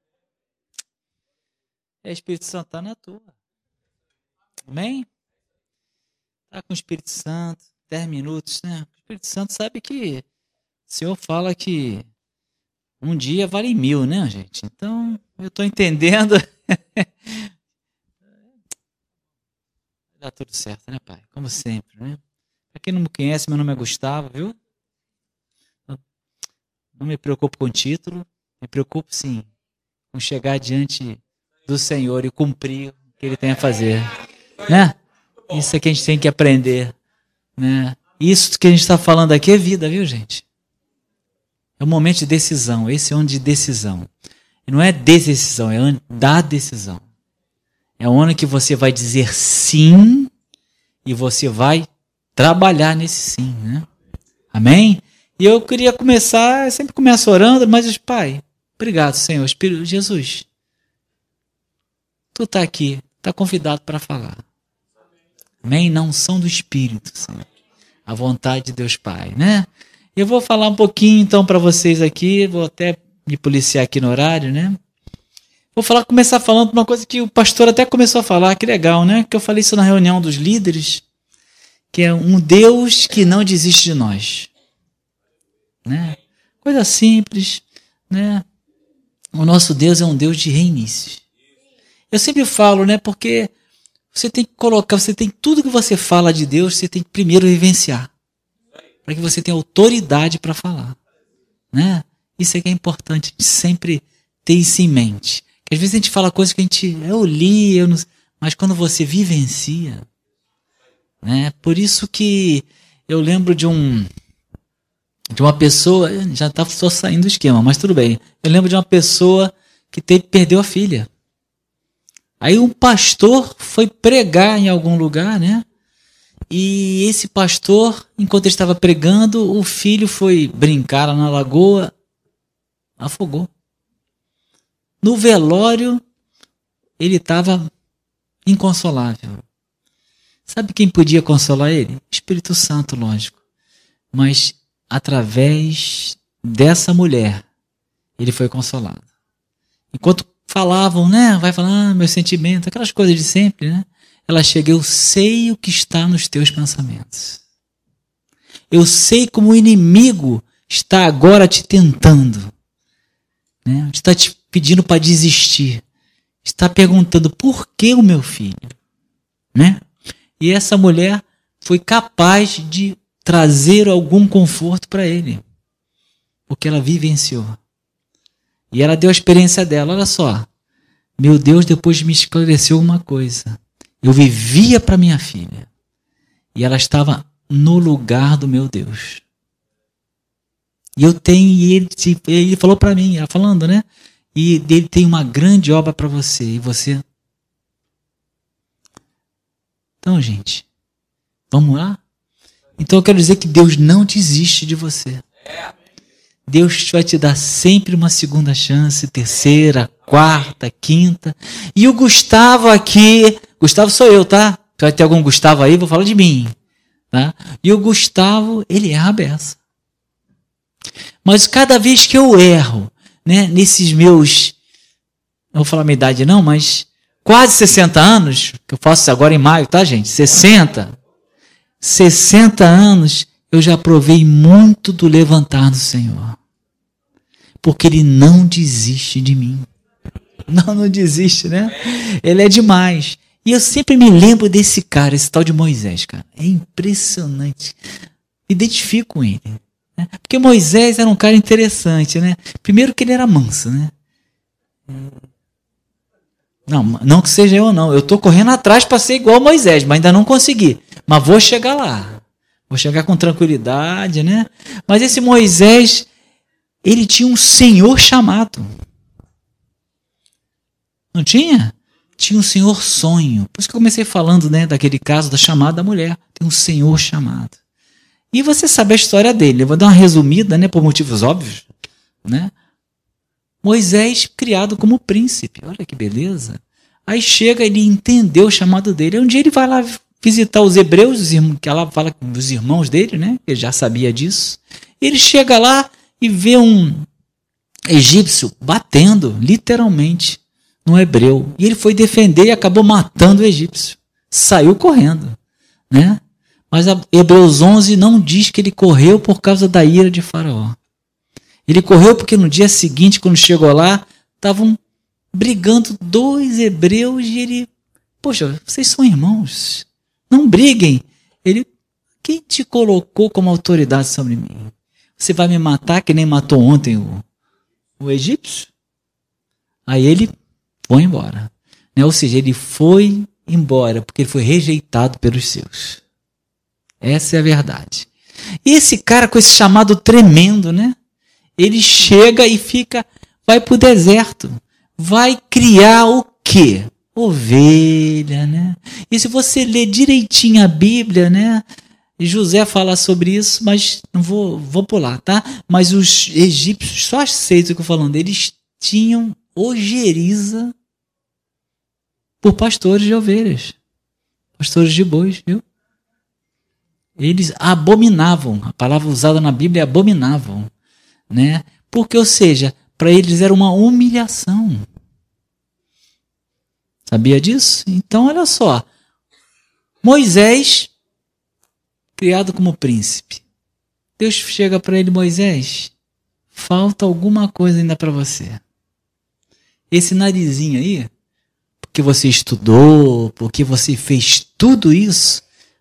Espírito Santo está na tua. Amém? Está com o Espírito Santo, 10 minutos, né? O Espírito Santo sabe que o Senhor fala que um dia vale 1000, né, gente? Então, eu estou entendendo. Dá tudo certo, né, Pai? Como sempre, né? Para quem não me conhece, meu nome é Gustavo, viu? Não me preocupo com o título. Me preocupo, sim, com chegar diante do Senhor e cumprir o que Ele tem a fazer, né? Isso é que a gente tem que aprender, né? Isso que a gente está falando aqui é vida, viu, gente? É um momento de decisão. Esse é um ano de decisão. E não é decisão, é ano da decisão. É um ano que você vai dizer sim e você vai trabalhar nesse sim, né? Amém? E eu queria começar, eu sempre começo orando, mas Pai, obrigado, Senhor, Espírito Jesus. Tu está aqui, está convidado para falar. Amém? Na unção do Espírito, Senhor. A vontade de Deus Pai, né? Eu vou falar um pouquinho então para vocês aqui, vou até me policiar aqui no horário, né? Começar falando uma coisa que o pastor até começou a falar, que legal, né? Que eu falei isso na reunião dos líderes, que é um Deus que não desiste de nós, né? Coisa simples, né? O nosso Deus é um Deus de reinício. Eu sempre falo, né? Porque você tem que colocar, tudo que você fala de Deus, você tem que primeiro vivenciar, para que você tenha autoridade para falar, né? Isso é que é importante, a gente sempre ter isso em mente. Que às vezes a gente fala coisas que eu li, mas quando você vivencia, né? Por isso que eu lembro de uma pessoa, já está só saindo do esquema, mas tudo bem. Eu lembro de uma pessoa que perdeu a filha. Aí um pastor foi pregar em algum lugar, né? E esse pastor, enquanto ele estava pregando, o filho foi brincar lá na lagoa, afogou. No velório, ele estava inconsolável. Sabe quem podia consolar ele? Espírito Santo, lógico. Mas através dessa mulher, ele foi consolado. Enquanto falavam, né? Vai falar, meu sentimento, aquelas coisas de sempre, né? Ela chega, eu sei o que está nos teus pensamentos. Eu sei como o inimigo está agora te tentando, né? Está te pedindo para desistir. Está perguntando, por que o meu filho? Né? E essa mulher foi capaz de trazer algum conforto para ele. Porque ela vivenciou. E ela deu a experiência dela. Olha só. Meu Deus depois me esclareceu uma coisa. Eu vivia para minha filha. E ela estava no lugar do meu Deus. E eu tenho, e ele falou para mim, ela falando, né? E ele tem uma grande obra para você. E você... Então, gente, vamos lá? Então eu quero dizer que Deus não desiste de você. Deus vai te dar sempre uma segunda chance, terceira, quarta, quinta. E o Gustavo aqui... Gustavo sou eu, tá? Se vai ter algum Gustavo aí, vou falar de mim. Tá? E o Gustavo, ele erra a beça. Mas cada vez que eu erro, né, nesses meus... Não vou falar minha idade não, mas... Quase 60 anos, que eu faço agora em maio, tá, gente? 60 anos, eu já provei muito do levantar do Senhor. Porque Ele não desiste de mim. Não desiste, né? Ele é demais. E eu sempre me lembro desse cara, esse tal de Moisés, cara. É impressionante. Me identifico com ele. Né? Porque Moisés era um cara interessante, né? Primeiro que ele era manso, né? Não que seja eu não. Eu estou correndo atrás para ser igual a Moisés, mas ainda não consegui. Mas vou chegar lá. Vou chegar com tranquilidade, né? Mas esse Moisés, ele tinha um Senhor chamado. Não tinha? Tinha um Senhor sonho. Por isso que eu comecei falando, né, daquele caso da chamada da mulher. Tem um Senhor chamado. E você sabe a história dele. Eu vou dar uma resumida, né, por motivos óbvios, né? Moisés criado como príncipe. Olha que beleza. Aí chega, ele entendeu o chamado dele. Aí um dia ele vai lá visitar os hebreus, que ela fala com os irmãos dele, né? Ele já sabia disso. Ele chega lá e vê um egípcio batendo, literalmente, no hebreu. E ele foi defender e acabou matando o egípcio. Saiu correndo, né? Mas Hebreus 11 não diz que ele correu por causa da ira de Faraó. Ele correu porque no dia seguinte, quando chegou lá, estavam brigando dois hebreus e ele... Poxa, vocês são irmãos. Não briguem. Ele... Quem te colocou como autoridade sobre mim? Você vai me matar que nem matou ontem o egípcio? Aí ele foi embora. Né? Ou seja, ele foi embora porque ele foi rejeitado pelos seus. Essa é a verdade. E esse cara com esse chamado tremendo, né? Ele chega e vai para o deserto. Vai criar o quê? Ovelha, né? E se você ler direitinho a Bíblia, né? José fala sobre isso, mas não vou pular, tá? Mas os egípcios, só aceitam o que eu estou falando, eles tinham ojeriza por pastores de ovelhas. Pastores de bois, viu? Eles abominavam. A palavra usada na Bíblia é abominavam. Né? Porque, ou seja, para eles era uma humilhação. Sabia disso? Então, olha só. Moisés, criado como príncipe. Deus chega para ele, Moisés, falta alguma coisa ainda para você. Esse narizinho aí, porque você estudou, porque você fez tudo isso,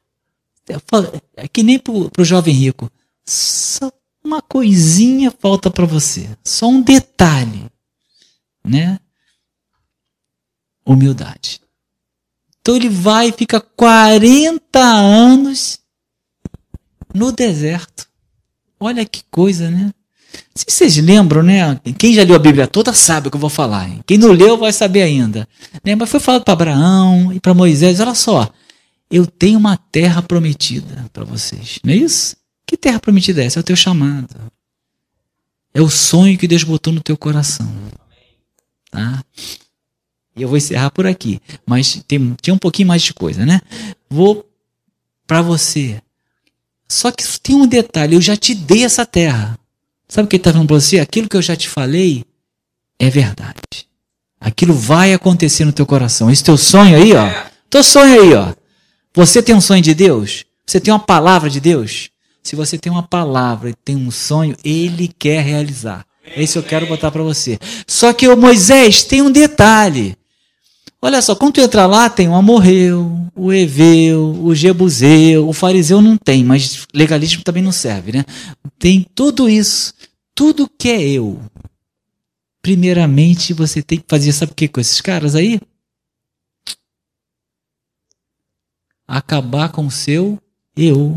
é que nem para o jovem rico. Só uma coisinha falta para você. Só um detalhe. Né? Humildade. Então ele vai e fica 40 anos no deserto. Olha que coisa, né? Se vocês lembram, né? Quem já leu a Bíblia toda sabe o que eu vou falar. Hein? Quem não leu vai saber ainda. Né? Mas foi falado para Abraão e para Moisés. Olha só. eu tenho uma terra prometida para vocês. Não é isso? Que terra prometida é essa? É o teu chamado. É o sonho que Deus botou no teu coração. Tá? E eu vou encerrar por aqui. Mas tinha um pouquinho mais de coisa, né? Vou para você. Só que tem um detalhe. Eu já te dei essa terra. Sabe o que ele está falando para você? Aquilo que eu já te falei é verdade. Aquilo vai acontecer no teu coração. Esse teu sonho aí, ó. Teu sonho aí, ó. Você tem um sonho de Deus? Você tem uma palavra de Deus? Se você tem uma palavra e tem um sonho, Ele quer realizar. Esse eu quero botar para você. Só que o Moisés tem um detalhe. Olha só, quando tu entrar lá, tem o amorreu, o heveu, o jebuseu, o fariseu não tem, mas legalismo também não serve, né? Tem tudo isso, tudo que é eu. Primeiramente, você tem que fazer, sabe o que com esses caras aí? Acabar com o seu eu.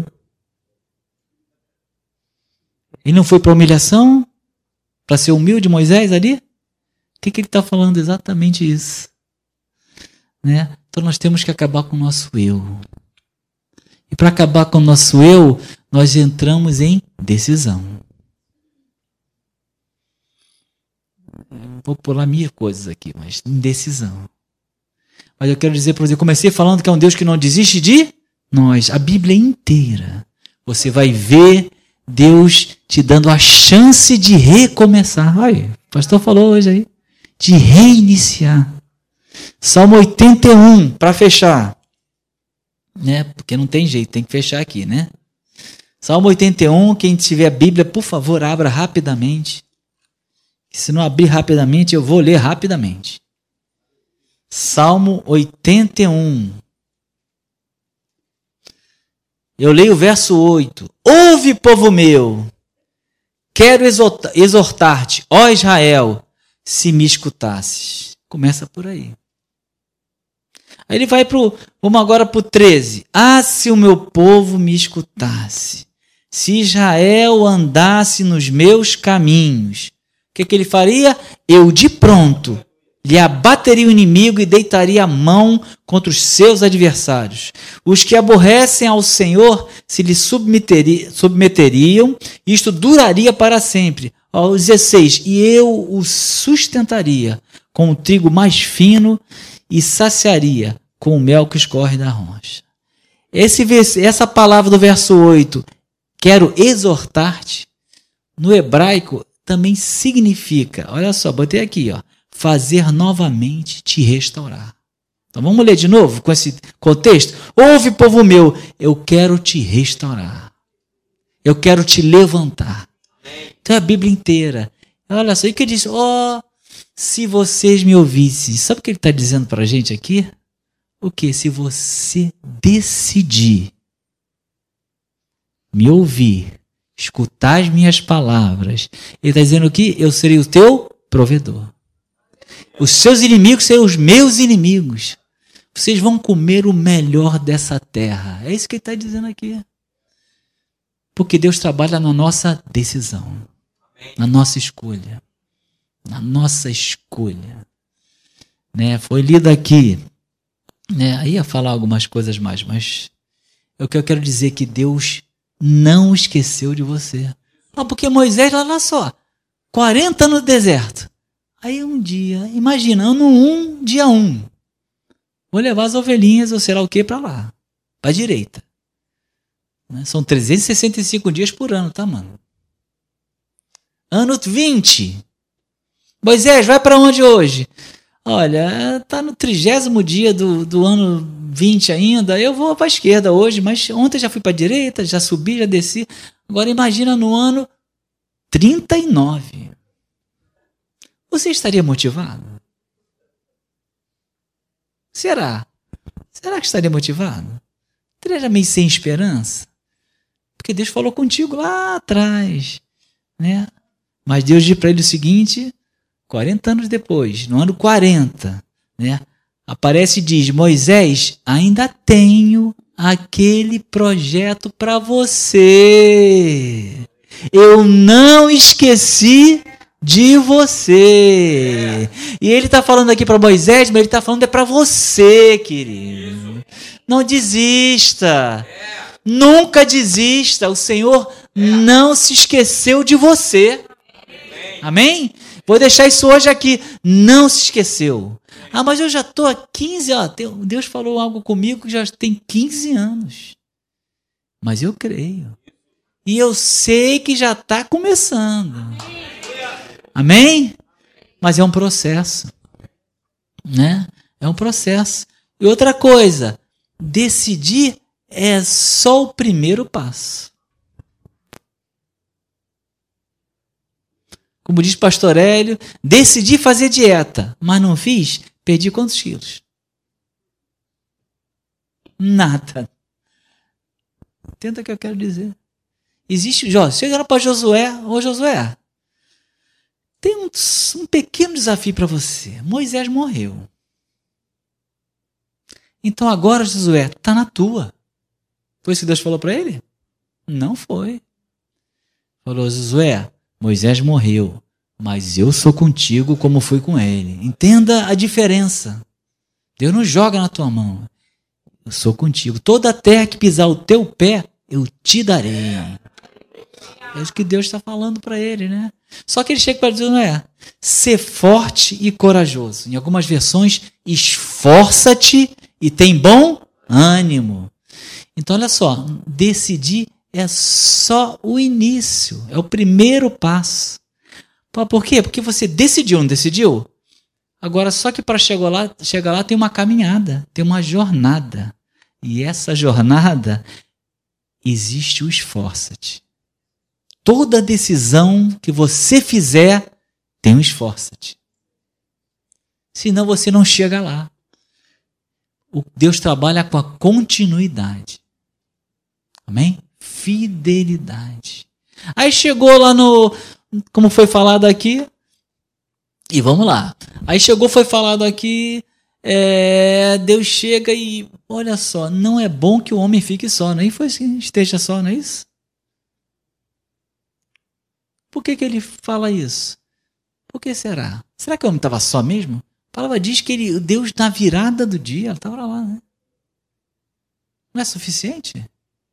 Ele não foi para humilhação? Para ser humilde, Moisés, ali? O que ele está falando? Exatamente isso. Né? Então nós temos que acabar com o nosso eu. E para acabar com o nosso eu, nós entramos em decisão. Vou pular minhas coisas aqui, mas em decisão. Mas eu quero dizer para você, comecei falando que é um Deus que não desiste de nós. A Bíblia inteira. Você vai ver Deus te dando a chance de recomeçar. Olha, o pastor falou hoje aí. De reiniciar. Salmo 81, para fechar. Né? Porque não tem jeito, tem que fechar aqui, né? Salmo 81, quem tiver a Bíblia, por favor, abra rapidamente. Se não abrir rapidamente, eu vou ler rapidamente. Salmo 81. Eu leio o verso 8. Ouve, povo meu, quero exortar-te, ó Israel, se me escutasses. Começa por aí. Aí ele vai vamos agora para o 13. Ah, se o meu povo me escutasse, se Israel andasse nos meus caminhos, o que ele faria? Eu de pronto lhe abateria o inimigo e deitaria a mão contra os seus adversários. Os que aborrecem ao Senhor se lhe submeteriam, e isto duraria para sempre. Ó, 16. E eu o sustentaria com o trigo mais fino e saciaria com o mel que escorre da rocha. Essa palavra do verso 8, quero exortar-te, no hebraico também significa, olha só, botei aqui, ó, fazer novamente, te restaurar. Então vamos ler de novo com esse contexto. Ouve, povo meu, eu quero te restaurar. Eu quero te levantar. Então é a Bíblia inteira. Olha só, e que ele diz, ó, se vocês me ouvissem. Sabe o que ele está dizendo para a gente aqui? O que? Se você decidir me ouvir, escutar as minhas palavras, ele está dizendo que eu serei o teu provedor. Os seus inimigos serão os meus inimigos. Vocês vão comer o melhor dessa terra. É isso que ele está dizendo aqui. Porque Deus trabalha na nossa decisão, na nossa escolha. Na nossa escolha. Né? Foi lido aqui. Né? Aí ia falar algumas coisas mais, mas o que eu quero dizer é que Deus não esqueceu de você. Porque Moisés, olha só, 40 anos no deserto. Aí um dia, imagina, ano 1, dia 1. Vou levar as ovelhinhas, ou sei lá o que, para lá. Para a direita. São 365 dias por ano, tá, mano? Ano 20. Moisés, vai para onde hoje? Olha, tá no 30º dia do ano 20 ainda. Eu vou para a esquerda hoje, mas ontem já fui para a direita, já subi, já desci. Agora imagina no ano 39. Você estaria motivado? Será? Será que estaria motivado? Estaria meio sem esperança? Porque Deus falou contigo lá atrás, né? Mas Deus diz para ele o seguinte, 40 anos depois, no ano 40, né? Aparece e diz, Moisés, ainda tenho aquele projeto para você. Eu não esqueci de você. E ele está falando aqui para Moisés, mas ele está falando é para você, querido. Não desista. Nunca desista. O Senhor não se esqueceu de você. Amém? Vou deixar isso hoje aqui. Não se esqueceu. Ah, mas eu já estou há 15 anos. Deus falou algo comigo que já tem 15 anos. Mas eu creio. E eu sei que já está começando. Amém? Mas é um processo. Né? É um processo. E outra coisa, decidir é só o primeiro passo. Como diz Pastor Hélio, decidi fazer dieta, mas não fiz, perdi quantos quilos? Nada. Entenda o que eu quero dizer. Existe, chega lá para Josué. Ô Josué, tem um pequeno desafio para você. Moisés morreu. Então agora, Josué, está na tua. Foi isso que Deus falou para ele? Não foi. Falou, Josué, Moisés morreu, mas eu sou contigo como fui com ele. Entenda a diferença. Deus não joga na tua mão. Eu sou contigo. Toda a terra que pisar o teu pé, eu te darei. É isso que Deus está falando para ele, né? Só que ele chega para dizer, não é? Ser forte e corajoso. Em algumas versões, esforça-te e tem bom ânimo. Então, olha só, decidir é só o início, é o primeiro passo. Por quê? Porque você decidiu, não decidiu? Agora, só que para chegar lá tem uma caminhada, tem uma jornada. E essa jornada existe o esforça-te. Toda decisão que você fizer tem um esforça-te. Senão você não chega lá. Deus trabalha com a continuidade. Amém? Fidelidade. Aí chegou lá como foi falado aqui, e vamos lá. Aí foi falado aqui, Deus chega e, olha só, não é bom que o homem fique só, nem foi assim, esteja só, não é isso? Por que ele fala isso? Por que será? Será que o homem estava só mesmo? A palavra diz que Deus, na virada do dia, ela estava lá, né? Não é suficiente?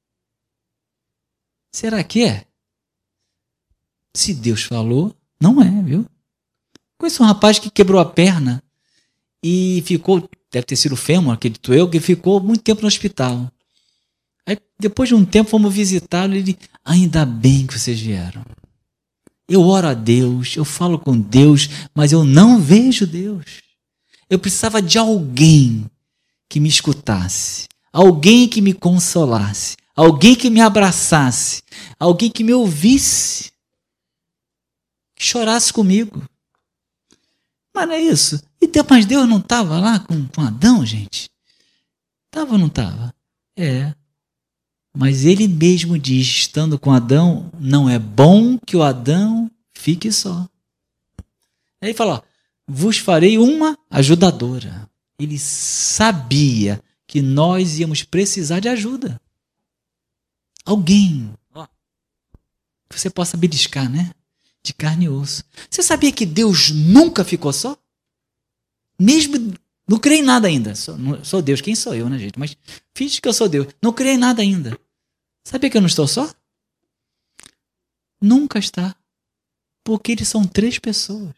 Será que é? Se Deus falou, não é, viu? Conheço um rapaz que quebrou a perna e ficou, deve ter sido o fêmur, acredito eu, que ficou muito tempo no hospital. Aí, depois de um tempo, fomos visitá-lo e ele, ainda bem que vocês vieram. Eu oro a Deus, eu falo com Deus, mas eu não vejo Deus. Eu precisava de alguém que me escutasse, alguém que me consolasse, alguém que me abraçasse, alguém que me ouvisse, que chorasse comigo. Mas não é isso. Mas Deus não estava lá com Adão, gente? Estava ou não estava? É. Mas ele mesmo diz, estando com Adão, não é bom que o Adão fique só. Aí ele fala, vos farei uma ajudadora. Ele sabia que nós íamos precisar de ajuda. Alguém que você possa beliscar, né? De carne e osso. Você sabia que Deus nunca ficou só? Mesmo, não criei em nada ainda. Sou Deus, quem sou eu, né, gente? Mas finge que eu sou Deus. Não criei em nada ainda. Sabia que eu não estou só? Nunca está. Porque eles são 3 pessoas.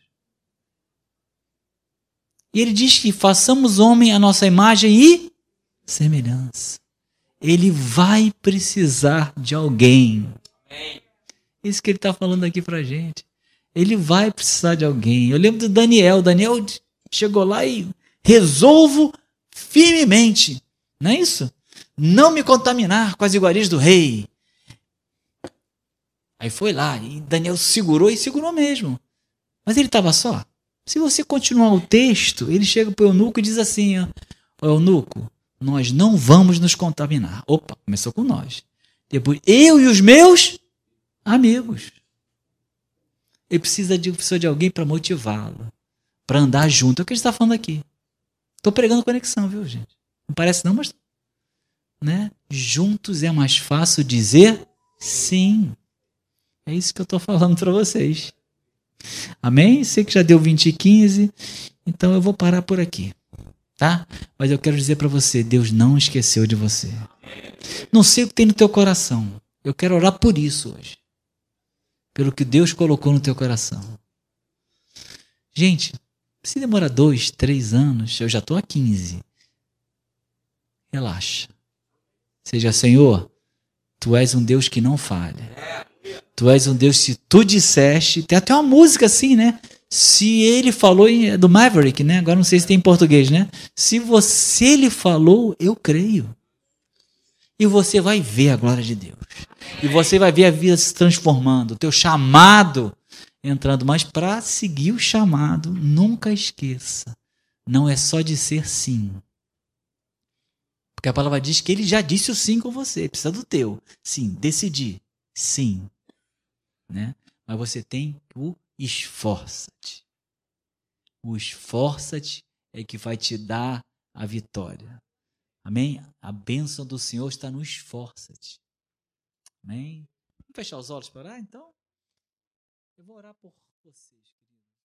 E ele diz que façamos homem à nossa imagem e semelhança. Ele vai precisar de alguém. Isso que ele está falando aqui pra gente. Ele vai precisar de alguém. Eu lembro do Daniel. Daniel chegou lá e resolvo firmemente. Não é isso? Não me contaminar com as iguarias do rei. Aí foi lá e Daniel segurou e segurou mesmo. Mas ele estava só. Se você continuar o texto, ele chega para o eunuco e diz assim, ó, eunuco, nós não vamos nos contaminar. Opa, começou com nós. Depois, eu e os meus amigos. Ele precisa de alguém para motivá-lo, para andar junto. É o que a gente está falando aqui. Estou pregando conexão, viu, gente? Não parece não, mas... né? Juntos é mais fácil dizer sim. É isso que eu estou falando para vocês. Amém? Sei que já deu 20 e 15, então eu vou parar por aqui. tá? Mas eu quero dizer para você, Deus não esqueceu de você. Não sei o que tem no teu coração. Eu quero orar por isso hoje. Pelo que Deus colocou no teu coração. Gente, se demora 2, 3 anos, eu já estou há 15. Relaxa. Seja, Senhor, Tu és um Deus que não falha. Tu és um Deus, se Tu disseste, tem até uma música assim, né? Se Ele falou, do Maverick, né? Agora não sei se tem em português, né? Se Ele falou, eu creio. E você vai ver a glória de Deus. E você vai ver a vida se transformando, o teu chamado entrando. Mas para seguir o chamado, nunca esqueça. Não é só dizer sim. Porque a palavra diz que ele já disse o sim com você. Precisa do teu. Sim, decidir. Sim. Né? Mas você tem o esforça-te. O esforça-te é que vai te dar a vitória. Amém? A bênção do Senhor está no esforça-te. Amém? Vamos fechar os olhos para orar, então? Eu vou orar por vocês.